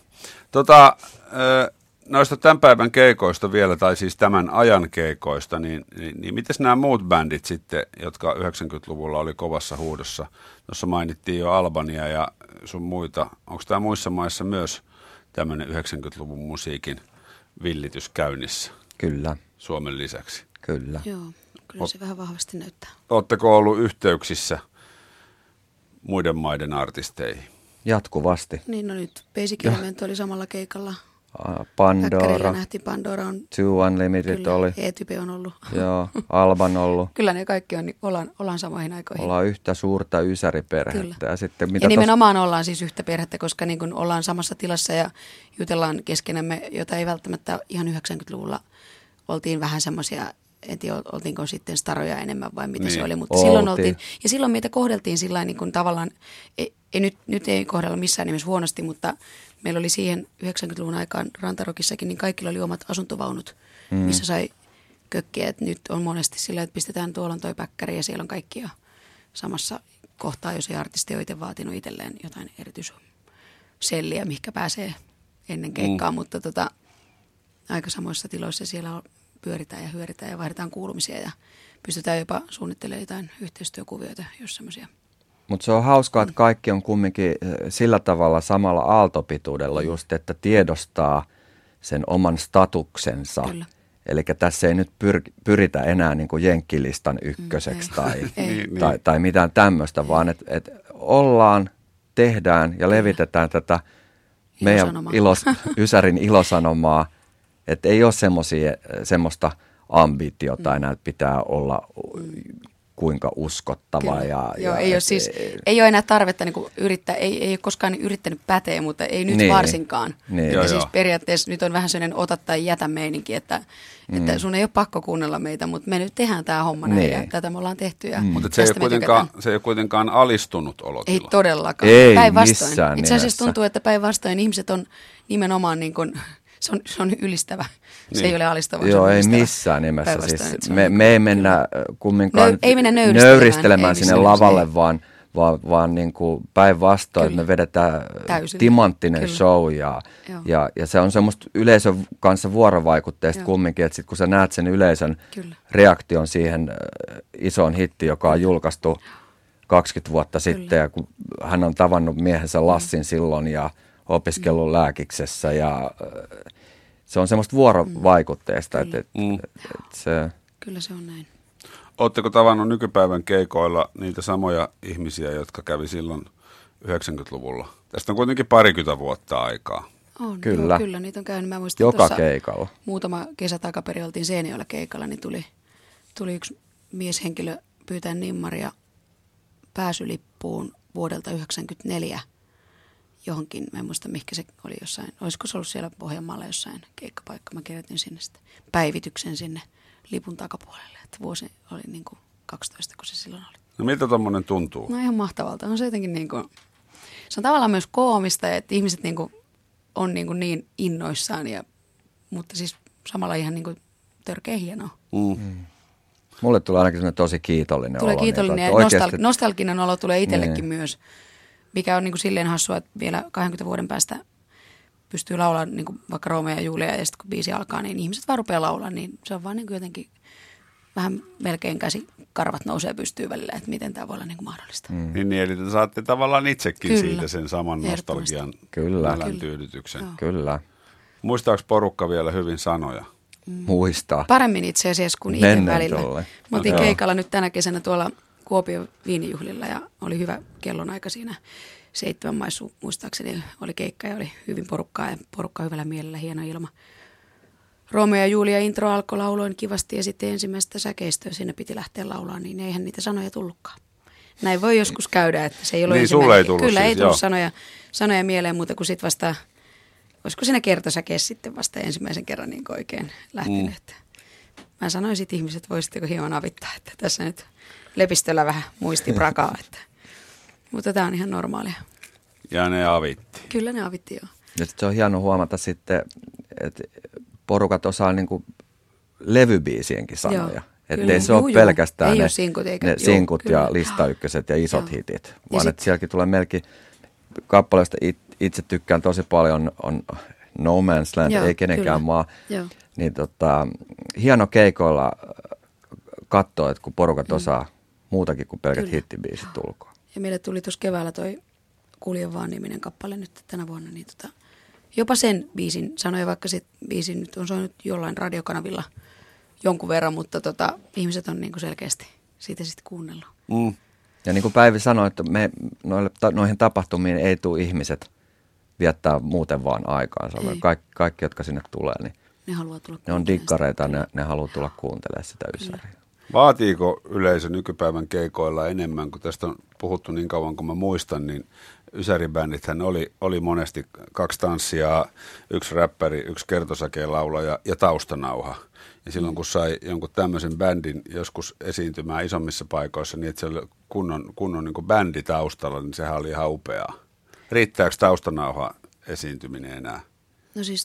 Speaker 2: Noista tämän päivän keikoista vielä, tai siis tämän ajan keikoista, niin mites nämä muut bändit sitten, jotka 90-luvulla oli kovassa huudossa? Tuossa mainittiin jo Albania ja sun muita. Onko tämä muissa maissa myös tämmöinen 90-luvun musiikin villitys käynnissä?
Speaker 4: Kyllä.
Speaker 2: Suomen lisäksi?
Speaker 4: Kyllä.
Speaker 3: Joo, kyllä se vähän vahvasti näyttää.
Speaker 2: Oletteko ollut yhteyksissä muiden maiden artisteihin?
Speaker 4: Jatkuvasti.
Speaker 3: Niin, no nyt Basic Element oli samalla keikalla.
Speaker 4: Pandora.
Speaker 3: Nähtiin Pandora on.
Speaker 4: Two Unlimited
Speaker 3: kyllä,
Speaker 4: oli.
Speaker 3: E-Type on ollut.
Speaker 4: Joo, Alban ollut.
Speaker 3: Kyllä ne kaikki on, niin ollaan samoihin aikoihin.
Speaker 4: Ollaan yhtä suurta ysäriperhettä.
Speaker 3: Ja,
Speaker 4: sitten,
Speaker 3: ja nimenomaan ollaan siis yhtä perhettä, koska niin kun ollaan samassa tilassa ja jutellaan keskenämme, jota ei välttämättä ihan 90-luvulla oltiin vähän semmoisia, en tiedä oltiinko sitten staroja enemmän vai mitä se oli, mutta silloin oltiin. Ja silloin meitä kohdeltiin sillä niin kuin tavallaan, nyt ei kohdella missään nimessä huonosti, mutta meillä oli siihen 90-luvun aikaan Rantarokissakin, niin kaikilla oli omat asuntovaunut, missä sai kökkiä. Et nyt on monesti sillä, että pistetään tuolla on toi päkkäri ja siellä on kaikki jo samassa kohtaa, jos ei artisti ole itse vaatinut itselleen jotain erityisselliä, mihinkä pääsee ennen keikkaa, mutta aika samoissa tiloissa siellä pyöritään ja hyöritään ja vaihdetaan kuulumisia ja pystytään jopa suunnittelemaan jotain yhteistyökuvioita, jos semmoisia.
Speaker 4: Mutta se on hauskaa, että kaikki on kumminkin sillä tavalla samalla aaltopituudella just, että tiedostaa sen oman statuksensa.
Speaker 3: Kyllä.
Speaker 4: Eli tässä ei nyt pyritä enää niin kuin jenkkilistan ykköseksi tai mitään tämmöistä, vaan että ollaan, tehdään ja levitetään tätä meidän Ysärin ilosanomaa. Että ei ole semmoista ambitiota enää, että pitää olla kuinka uskottava.
Speaker 3: Ei ole enää tarvetta niin yrittää, ei ole koskaan yrittänyt päteä, mutta ei nyt varsinkaan.
Speaker 4: Niin.
Speaker 3: Ja siis periaatteessa nyt on vähän sellainen ota tai jätä meininki, että sun ei ole pakko kuunnella meitä, mutta me nyt tehdään tämä homma näin ja tätä me ollaan tehty.
Speaker 2: Mutta se ei ole kuitenkaan alistunut olotila.
Speaker 3: Ei todellakaan.
Speaker 4: Ei
Speaker 3: päinvastoin.
Speaker 4: missään
Speaker 3: Itse asiassa tuntuu, että päinvastoin ihmiset on nimenomaan niin kuin, se on ylistävä. Se ei ole alistava.
Speaker 4: Joo, ei missään nimessä. Siis me ei mennä kumminkaan nöyristelemään sinne lavalle, vaan niin kuin päinvastoin, me vedetään timanttinen show ja se on semmoista yleisön kanssa vuorovaikutteista kumminkin, että sit kun sä näet sen yleisön reaktion siihen isoon hittiin, joka on julkaistu 20 vuotta sitten ja kun hän on tavannut miehensä Lassin silloin ja opiskellut lääkiksessä ja se on semmoista vuorovaikutteista.
Speaker 3: Kyllä se on näin.
Speaker 2: Oletteko tavannut nykypäivän keikoilla niitä samoja ihmisiä, jotka kävi silloin 90-luvulla? Tästä on kuitenkin 20 vuotta aikaa.
Speaker 3: On,
Speaker 4: kyllä.
Speaker 3: Kyllä, niitä on käynyt. Mä muistan,
Speaker 4: joka keikalla.
Speaker 3: Muutama kesä takaperin oltiin Seinäjoella keikalla, niin tuli yksi mieshenkilö pyytää nimmaria pääsylippuun vuodelta 1994 johonkin, mä en muista mihinkä se oli jossain, olisiko se ollut siellä Pohjanmaalla jossain keikkapaikka, mä kirjoitin sinne sitten päivityksen sinne lipun takapuolelle, että vuosi oli niin kuin 12, kun se silloin oli.
Speaker 2: No miltä tommonen tuntuu?
Speaker 3: No ihan mahtavalta, on se jotenkin niin kuin, se on tavallaan myös koomista, että ihmiset niin kuin on niin innoissaan, mutta siis samalla ihan niin kuin törkeä hienoa.
Speaker 4: Mulle tulee ainakin sellainen tosi kiitollinen olo.
Speaker 3: Tulee kiitollinen ja oikeasti nostalginen olo tulee itsellekin myös. Mikä on niin kuin silleen hassua, että vielä 20 vuoden päästä pystyy laulamaan niin kuin vaikka Romeo ja Julia, ja sitten kun biisi alkaa, niin ihmiset vaan rupeaa laulamaan, niin se on vaan niin kuin jotenkin vähän melkein karvat nousee pystyy välillä, että miten tämä voi olla niin kuin mahdollista.
Speaker 2: Niin, eli te saatte tavallaan itsekin siitä sen saman nostalgian nälän tyydytyksen.
Speaker 4: Kyllä.
Speaker 2: Muistaako porukka vielä hyvin sanoja?
Speaker 4: Muistaa.
Speaker 3: Paremmin itse asiassa kuin itse välillä.
Speaker 4: Tolle.
Speaker 3: Mä oltiin keikalla nyt tänä kesänä tuolla Kuopion viinijuhlilla ja oli hyvä kellonaika siinä 7 maissa muistaakseni oli keikka ja oli hyvin porukkaa ja porukka hyvällä mielellä, hieno ilma. Romeo ja Julia intro alkoi lauloin kivasti ja sitten ensimmäistä säkeistöä siinä piti lähteä laulaa, niin eihän niitä sanoja tullutkaan. Näin voi joskus käydä, että se ei ollut
Speaker 2: niin, sulle ei tullut
Speaker 3: Kyllä
Speaker 2: siis,
Speaker 3: ei tullut sanoja mieleen muuta kuin sitten vasta, olisiko siinä kertosäkeessä sitten vasta ensimmäisen kerran niin oikein lähtenyt. Mä sanoin sitten ihmiset, voisitteko hieman avittaa, että tässä nyt lepistöllä vähän muistiprakaa, että mutta tämä on ihan normaalia.
Speaker 2: Ja ne avitti.
Speaker 3: Kyllä ne avitti, joo.
Speaker 4: Ja se on hieno huomata sitten, että porukat osaa niinku levybiisienkin sanoja. Että ei se ole pelkästään ne sinkut ja listaykköset ja isot hitit, vaan että sielläkin tulee melkein kappaleista itse tykkään tosi paljon on No Man's Land, ei kenenkään maa. Niin hieno keikoilla katsoa, että kun porukat osaa muutakin kuin pelkät hittibiisit ulkoa.
Speaker 3: Ja meille tuli tuossa keväällä toi Kulje vaan -niminen kappale nyt tänä vuonna, niin jopa sen biisin sanoja, vaikka se biisi nyt on soinut jollain radiokanavilla jonkun verran, mutta ihmiset on niinku selkeästi siitä sitten kuunnellut.
Speaker 4: Ja niin kuin Päivi sanoi, että noihin tapahtumiin ei tule ihmiset viettää muuten vaan aikaansa. Kaikki, jotka sinne tulee, niin ne on diggareita, ne haluaa tulla kuuntelemaan sitä ysäriä.
Speaker 2: Vaatiiko yleisö nykypäivän keikoilla enemmän, kun tästä on puhuttu niin kauan kuin mä muistan, niin ysäribändithän oli monesti 2 tanssijaa, 1 räppäri, 1 kertosakeen laulaja ja taustanauha. Ja silloin kun sai jonkun tämmöisen bändin joskus esiintymään isommissa paikoissa, niin että se oli kunnon niin kuin bändi taustalla, niin sehän oli ihan upeaa. Riittääkö taustanauha esiintyminen enää?
Speaker 3: No siis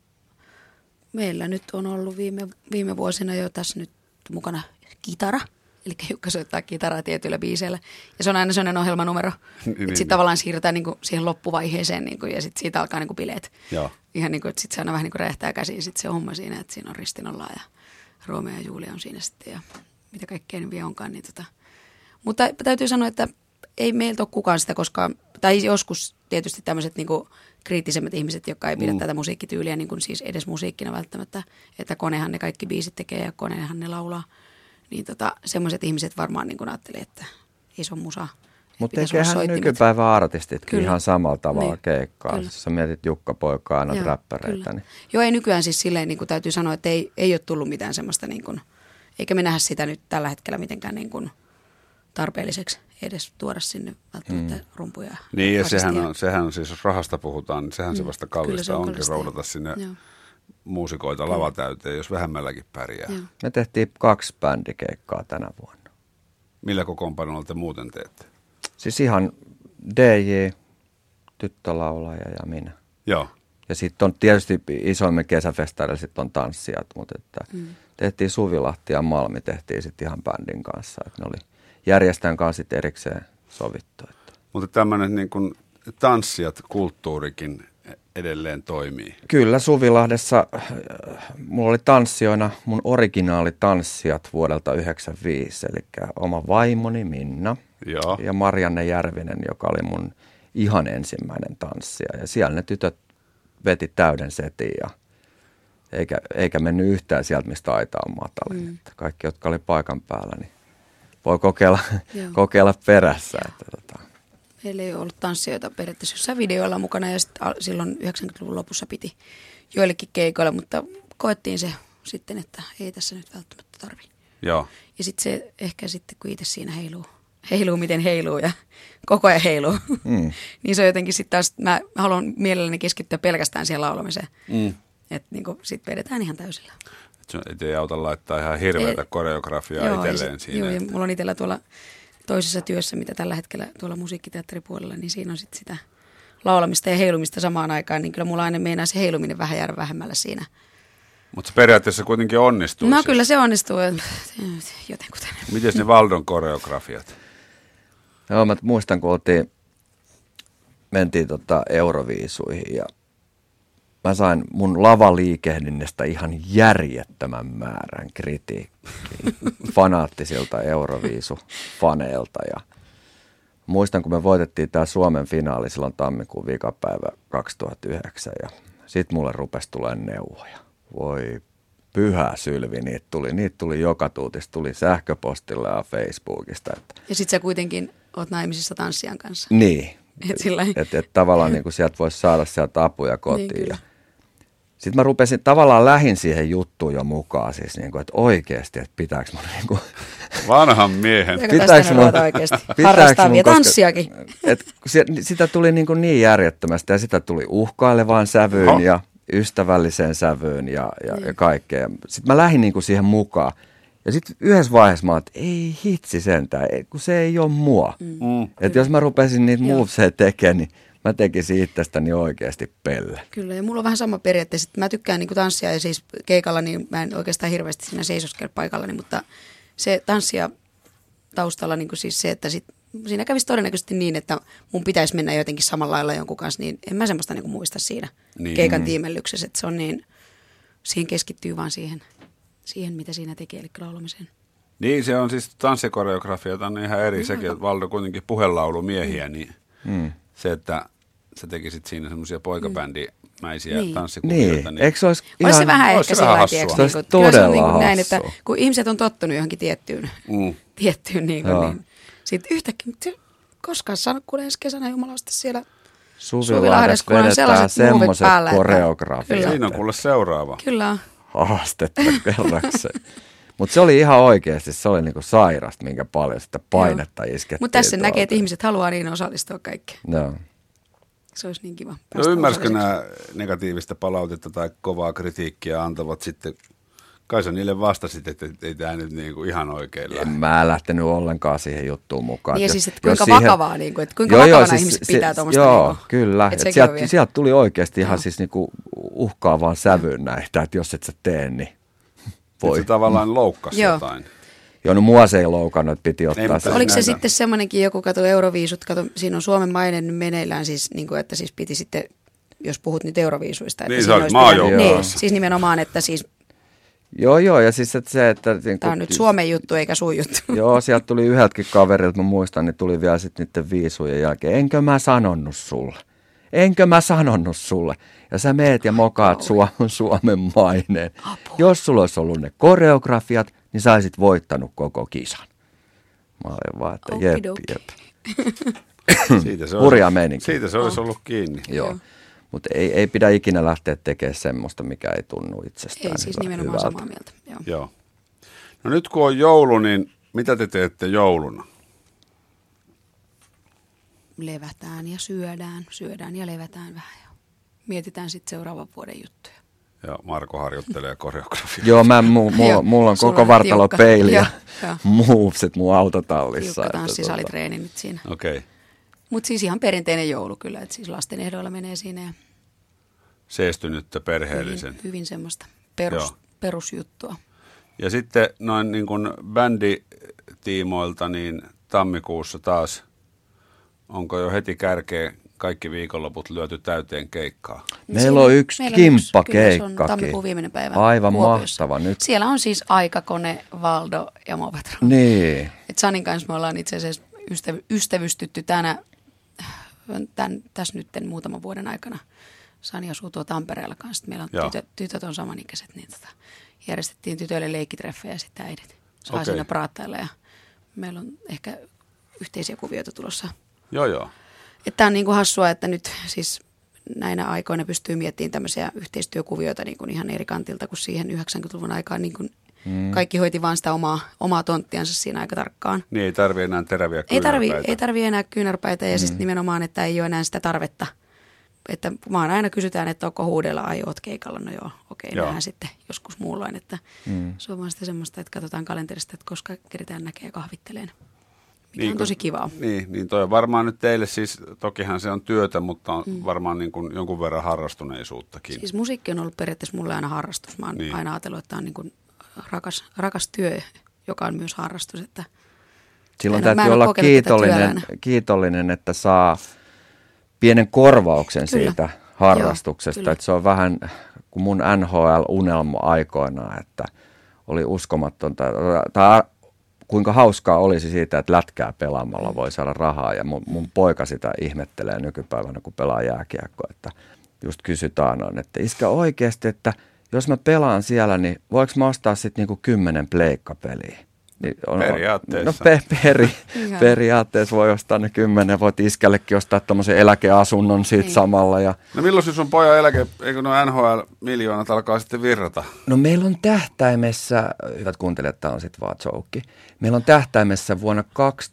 Speaker 3: meillä nyt on ollut viime vuosina jo tässä nyt mukana kitara. Eli Jukka soittaa kitaraa tietyillä biiseillä. Ja se on aina sellainen ohjelmanumero. Sitten tavallaan siirrytään niinku siihen loppuvaiheeseen niinku, ja sitten siitä alkaa niinku bileet.
Speaker 2: Joo.
Speaker 3: Ihan niin kuin, että sitten se aina vähän niin kuin räjähtää käsiin sitten se homma siinä, että siinä on Ristinolla ja Romeo ja Julia on siinä sitten ja mitä kaikkea nyt vielä onkaan. Niin Mutta täytyy sanoa, että ei meiltä ole kukaan sitä koskaan, tai joskus tietysti tämmöiset niinku kriittisemmät ihmiset, jotka ei pidä tätä musiikkityyliä niin kuin siis edes musiikkina välttämättä, että konehan ne kaikki biisit tekee ja konehan ne laulaa. Niin semmoiset ihmiset varmaan niin kuin ajattelee, että ei se ole musaa.
Speaker 4: Mutta tekehän nykypäivän artistitkin ihan samalla tavalla keikkaa. Jos sä mietit Jukka Poikaa aina räppäreitä. Niin.
Speaker 3: Joo, ei nykyään siis silleen, niin kuin täytyy sanoa, että ei ole tullut mitään semmoista, niin kuin, eikä me nähdä sitä nyt tällä hetkellä mitenkään niin kuin tarpeelliseksi edes tuoda sinne välttämättä rumpuja.
Speaker 2: Niin, ja sehän on siis, jos rahasta puhutaan, niin sehän se vasta kallista onkin roudata sinne muusikoita lavatäyteen, jos vähemmälläkin pärjää. Joo.
Speaker 4: Me tehtiin 2 bändikeikkaa tänä vuonna.
Speaker 2: Millä kokoonpanolla te muuten teette?
Speaker 4: Siis ihan DJ, tyttölaulaja ja minä.
Speaker 2: Joo.
Speaker 4: Ja sitten on tietysti isoimmin kesäfestareilla sitten on tanssijat, mutta tehtiin Suvilahti ja Malmi tehtiin sitten ihan bändin kanssa. Että ne oli järjestäjän kanssa sitten erikseen sovittu.
Speaker 2: Mutta tämmöinen niin kuin tanssijat kulttuurikin edelleen toimii.
Speaker 4: Kyllä, Suvilahdessa mulla oli tanssijoina mun originaalitanssijat vuodelta 1995, eli oma vaimoni Minna ja Marianne Järvinen, joka oli mun ihan ensimmäinen tanssija. Ja siellä ne tytöt veti täyden setin ja eikä mennyt yhtään sieltä, mistä aita on matalin. Kaikki, jotka oli paikan päällä, niin voi kokeilla perässä.
Speaker 3: Meillä ei ollut tanssijoita periaatteessa jossain videoilla mukana ja silloin 90-luvun lopussa piti joillekin keikoille, mutta koettiin se sitten, että ei tässä nyt välttämättä tarvitse.
Speaker 2: Joo.
Speaker 3: Ja sitten se ehkä sitten, kun itse siinä heiluu miten heiluu ja koko ajan heiluu, niin se on jotenkin sitten taas, mä haluan mielelläni keskittyä pelkästään siihen laulamiseen. Että niin sitten vedetään ihan täysillä.
Speaker 2: Ei auta laittaa ihan hirveätä koreografiaa itselleen siinä.
Speaker 3: Joo, ja mulla on itsellä tuolla toisessa työssä, mitä tällä hetkellä tuolla musiikkiteatteripuolella, niin siinä on sitten sitä laulamista ja heilumista samaan aikaan, niin kyllä mulla aina meinaa se heiluminen vähän jäädä vähemmällä siinä.
Speaker 2: Mutta se periaatteessa kuitenkin onnistuu.
Speaker 3: No kyllä se onnistuu jotenkuten.
Speaker 2: Miten ne Valdon koreografiat?
Speaker 4: Joo, mä muistan, kun mentiin Euroviisuihin ja mä sain mun lavaliikehdinnästä ihan järjettömän määrän kritiikkiä fanaattisilta Euroviisu-faneilta. Ja muistan, kun me voitettiin tää Suomen finaali silloin tammikuun viikapäivä 2009 ja sit mulle rupesi tulemaan neuvoja. Voi pyhä sylvi, niitä tuli joka tuutista, tuli sähköpostilla ja Facebookista. Että.
Speaker 3: Ja sit sä kuitenkin oot naimisissa tanssijan kanssa.
Speaker 4: Niin.
Speaker 3: Että
Speaker 4: tavallaan niin kuin sieltä voisi saada sieltä apuja kotiin.
Speaker 3: Niin,
Speaker 4: sitten mä rupesin, tavallaan lähin siihen juttuun jo mukaan, siis niin kuin, että oikeasti, että pitääkö mun niin kuin,
Speaker 2: vanhan miehen.
Speaker 3: Pitääkö mun oikeasti harrastavia tanssiakin?
Speaker 4: Sitä tuli niin järjettömästi ja sitä tuli uhkailevaan sävyyn ja ystävälliseen sävyyn ja kaikkea. Sitten mä lähdin niin kuin siihen mukaan. Ja sitten yhdessä vaiheessa mä oon, että ei hitsi sentään, kun se ei ole mua. Että jos mä rupesin niitä moveseja tekemään, niin mä tekisin itsestäni oikeasti pelle.
Speaker 3: Kyllä, ja mulla on vähän sama periaatteessa, että mä tykkään niinku tanssia ja siis keikalla, niin mä en oikeastaan hirveästi siinä seisoskele paikallani, mutta se tanssia taustalla niinku siis se, että siinä kävisi todennäköisesti niin, että mun pitäisi mennä jotenkin samalla lailla jonkun kanssa, niin en mä semmoista niinku muista siinä keikan tiimellyksessä, että se on niin, siihen keskittyy vaan siihen, mitä siinä tekee, eli laulamiseen.
Speaker 2: Niin, se on siis tanssikoreografiata on ihan eri. Sekin, että Valdo kuitenkin puhelaulumiehiä, niin se, että sä tekisit siinä semmoisia poikabändimäisiä tanssikuvioita.
Speaker 4: Niin, eikö se olisi
Speaker 3: ihan... se vähän ehkä sillä
Speaker 4: hassua. Se olisi todella hassua. Näin, että
Speaker 3: kun ihmiset on tottunut johonkin tiettyyn niin sitten yhtäkkiä, koskaan saanut, kun ensi kesänä jumalausta siellä
Speaker 4: Suvilahdessa vedetään semmoiset koreografiat.
Speaker 2: Siinä on kuule seuraava.
Speaker 3: Kyllä.
Speaker 4: Haastetta kerrakseen. Mutta se oli ihan oikeasti, se oli niinku sairasta, minkä paljon sitä painetta iskettiin.
Speaker 3: Mutta tässä näkee, että ihmiset haluaa niin osallistua kaikkeen.
Speaker 4: No.
Speaker 3: Se olisi niin kiva.
Speaker 2: No ymmärsikö nämä negatiivista palautetta tai kovaa kritiikkiä antavat sitten? Kai sä niille vastasit, että ei tämä nyt niinku ihan oikein lähde.
Speaker 4: En mä lähtenyt ollenkaan siihen juttuun mukaan.
Speaker 3: Niin ja siis, että kuinka vakavaa, niinku, että kuinka vakavana ihmiset pitää tuommoista.
Speaker 4: Joo,
Speaker 3: niinku,
Speaker 4: kyllä. Sieltä tuli oikeasti ihan siis niinku uhkaavaan sävyyn näitä, että jos et sä tee, niin voi.
Speaker 2: Se tavallaan loukkasi jotain.
Speaker 4: Joo, no mua se ei loukannut, että piti ottaa se.
Speaker 3: Oliko se sitten semmoinenkin joku, Euroviisut, siinä on Suomen mainen meneillään siis, niinku, että siis piti sitten, jos puhut nyt Euroviisuista. Että
Speaker 2: niin se oli maajoukkueessa.
Speaker 3: Niin, siis nimenomaan, että siis...
Speaker 4: Joo, ja siis että se, että...
Speaker 3: Tämä on nyt Suomen juttu eikä sun juttu.
Speaker 4: Joo, sieltä tuli yhdeltäkin kaverilta, mä muistan, niin tuli vielä sitten niiden viisujen jälkeen. Enkö mä sanonnut sulle? Ja sä meet ja mokaat Suomen maineen. Apua. Jos sulla olisi ollut ne koreografiat, niin sä olisit voittanut koko kisan. Mä olin vaan, että jep. Hurjaa meininki.
Speaker 2: Siitä se olisi ollut kiinni.
Speaker 4: Joo. Mutta ei pidä ikinä lähteä tekemään semmoista, mikä ei tunnu itsestään.
Speaker 3: Ei siis nimenomaan hyvältä. Samaa mieltä.
Speaker 2: Joo. No nyt kun on joulu, niin mitä te teette jouluna?
Speaker 3: Levätään ja syödään ja levätään vähän ja mietitään sitten seuraavan vuoden juttuja.
Speaker 2: Ja Marko harjoittelee koreografiaa.
Speaker 4: Joo, mulla on koko vartalo peili ja movesit mun autotallissa.
Speaker 3: Tiukka tanssisalitreeni nyt siinä.
Speaker 2: Okei. Okay.
Speaker 3: Mutta siis ihan perinteinen joulu kyllä, että siis lasten ehdoilla menee siinä. Ja
Speaker 2: seestynyttä perheellisen.
Speaker 3: Hyvin semmoista perusjuttua.
Speaker 2: Ja sitten noin niin kuin bänditiimoilta, niin tammikuussa taas, onko jo heti kärkeen kaikki viikonloput lyöty täyteen keikkaa?
Speaker 4: Meillä on yksi kimppakeikkakin.
Speaker 3: Se on tammikuun viimeinen päivä.
Speaker 4: Aivan
Speaker 3: Kuopiossa.
Speaker 4: mahtava nyt.
Speaker 3: Siellä on siis Aikakone, Valdo ja Movetron.
Speaker 4: Niin.
Speaker 3: Et Sanin kanssa me ollaan itse asiassa ystävystytty tässä nyt muutaman vuoden aikana. Sani asuu tuo Tampereella kanssa. Meillä on tytöt on samanikäiset, niin järjestettiin tytöille leikkitreffejä ja sitten äidit saa siinä praattailla. Ja meillä on ehkä yhteisiä kuvioita tulossa.
Speaker 2: Joo.
Speaker 3: Tämä on niin kuin hassua, että nyt siis näinä aikoina pystyy miettimään tämmöisiä yhteistyökuvioita niin kuin ihan eri kantilta kuin siihen 90-luvun aikaan. Niin kuin kaikki hoiti vaan sitä omaa tonttiansa siinä aika tarkkaan.
Speaker 2: Niin ei tarvitse enää teräviä kyynärpäitä.
Speaker 3: Ei tarvitse enää kyynärpäitä ja sitten nimenomaan, että ei ole enää sitä tarvetta. Että vaan aina kysytään, että onko huudella, ai oot keikalla, no joo, okei, nähdään sitten joskus muulloin. Että se on vaan sitä semmoista, että katsotaan kalenterista, että koska keritään näkee ja kahvitteleen. Mikä on tosi kivaa.
Speaker 2: Niin toi on varmaan nyt teille siis, tokihan se on työtä, mutta on varmaan niin kuin jonkun verran harrastuneisuuttakin.
Speaker 3: Siis musiikki on ollut periaatteessa mulle aina harrastus. Mä oon aina ajatellut, että tämä on niin kuin rakas työ, joka on myös harrastus. Että
Speaker 4: silloin täytyy olla kiitollinen, että saa pienen korvauksen siitä harrastuksesta.
Speaker 3: Joo,
Speaker 4: että se on vähän kuin mun NHL-unelma aikoinaan, että oli uskomatonta. Tai kuinka hauskaa olisi siitä, että lätkää pelaamalla voi saada rahaa. Ja mun poika sitä ihmettelee nykypäivänä, kun pelaa jääkiekkoa. Että just kysytään, että iskä oikeasti, että jos mä pelaan siellä, niin voiko mä ostaa sitten niinku 10 pleikkapeliä? Niin
Speaker 2: periaatteessa.
Speaker 4: Periaatteessa voi ostaa ne 10. Voit iskällekin ostaa tommosen eläkeasunnon siitä samalla. Ja
Speaker 2: No milloin sun pojan eläke, eikö nuo NHL-miljoonat alkaa sitten virrata?
Speaker 4: no meillä on tähtäimessä, hyvät kuuntelijat, tämä on sitten vaan joke. Meillä on tähtäimessä vuonna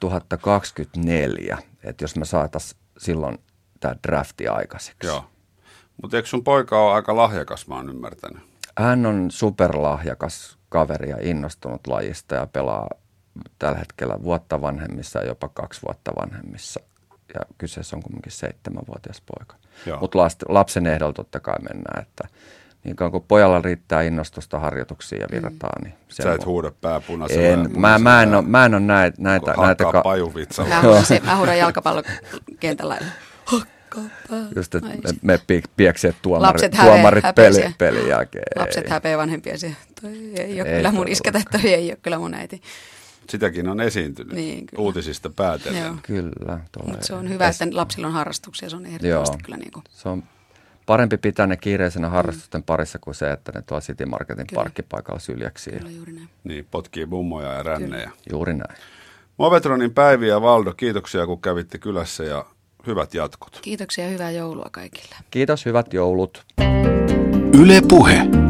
Speaker 4: 2024, että jos me saataisiin silloin tämä drafti aikaiseksi.
Speaker 2: Joo. Mutta eikö sun poika ole aika lahjakas, mä oon ymmärtänyt?
Speaker 4: Hän on superlahjakas kaveri ja innostunut lajista ja pelaa tällä hetkellä vuotta vanhemmissa ja jopa 2 vuotta vanhemmissa. Ja kyseessä on kuitenkin 7-vuotias poika. Mutta lapsen ehdolla totta kai mennään, että niin kauan kun pojalla riittää innostusta harjoituksiin ja virtaa, niin se
Speaker 2: sä et huuda pääpunaisella.
Speaker 4: Mä en ole näitä.
Speaker 2: Hakkaa pajuvitsalla.
Speaker 3: Mä huudan jalkapallokentällä.
Speaker 4: Just, että me pieksee tuomarit pelin jälkeen.
Speaker 3: Lapset häpeä vanhempia. Toi ei ole kyllä mun iskä, toi ei ole kyllä mun äiti.
Speaker 2: Sitäkin on esiintynyt niin, uutisista päätellen.
Speaker 3: Joo.
Speaker 4: Kyllä.
Speaker 3: Mutta se on hyvä, että lapsilla on harrastuksia. Se on ehdottomasti kyllä niin kuin.
Speaker 4: Se on parempi pitää ne kiireisenä harrastusten parissa kuin se, että ne tuolla City Marketin parkkipaikalla syljeksii.
Speaker 3: Kyllä, juuri näin.
Speaker 2: Niin, potkii mummoja ja rännejä.
Speaker 4: Kyllä. Juuri näin.
Speaker 2: Movetronin Päivi ja Valdo, kiitoksia kun kävitte kylässä ja hyvät jatkot.
Speaker 3: Kiitoksia ja hyvää joulua kaikille.
Speaker 4: Kiitos, hyvät joulut.
Speaker 1: Yle Puhe.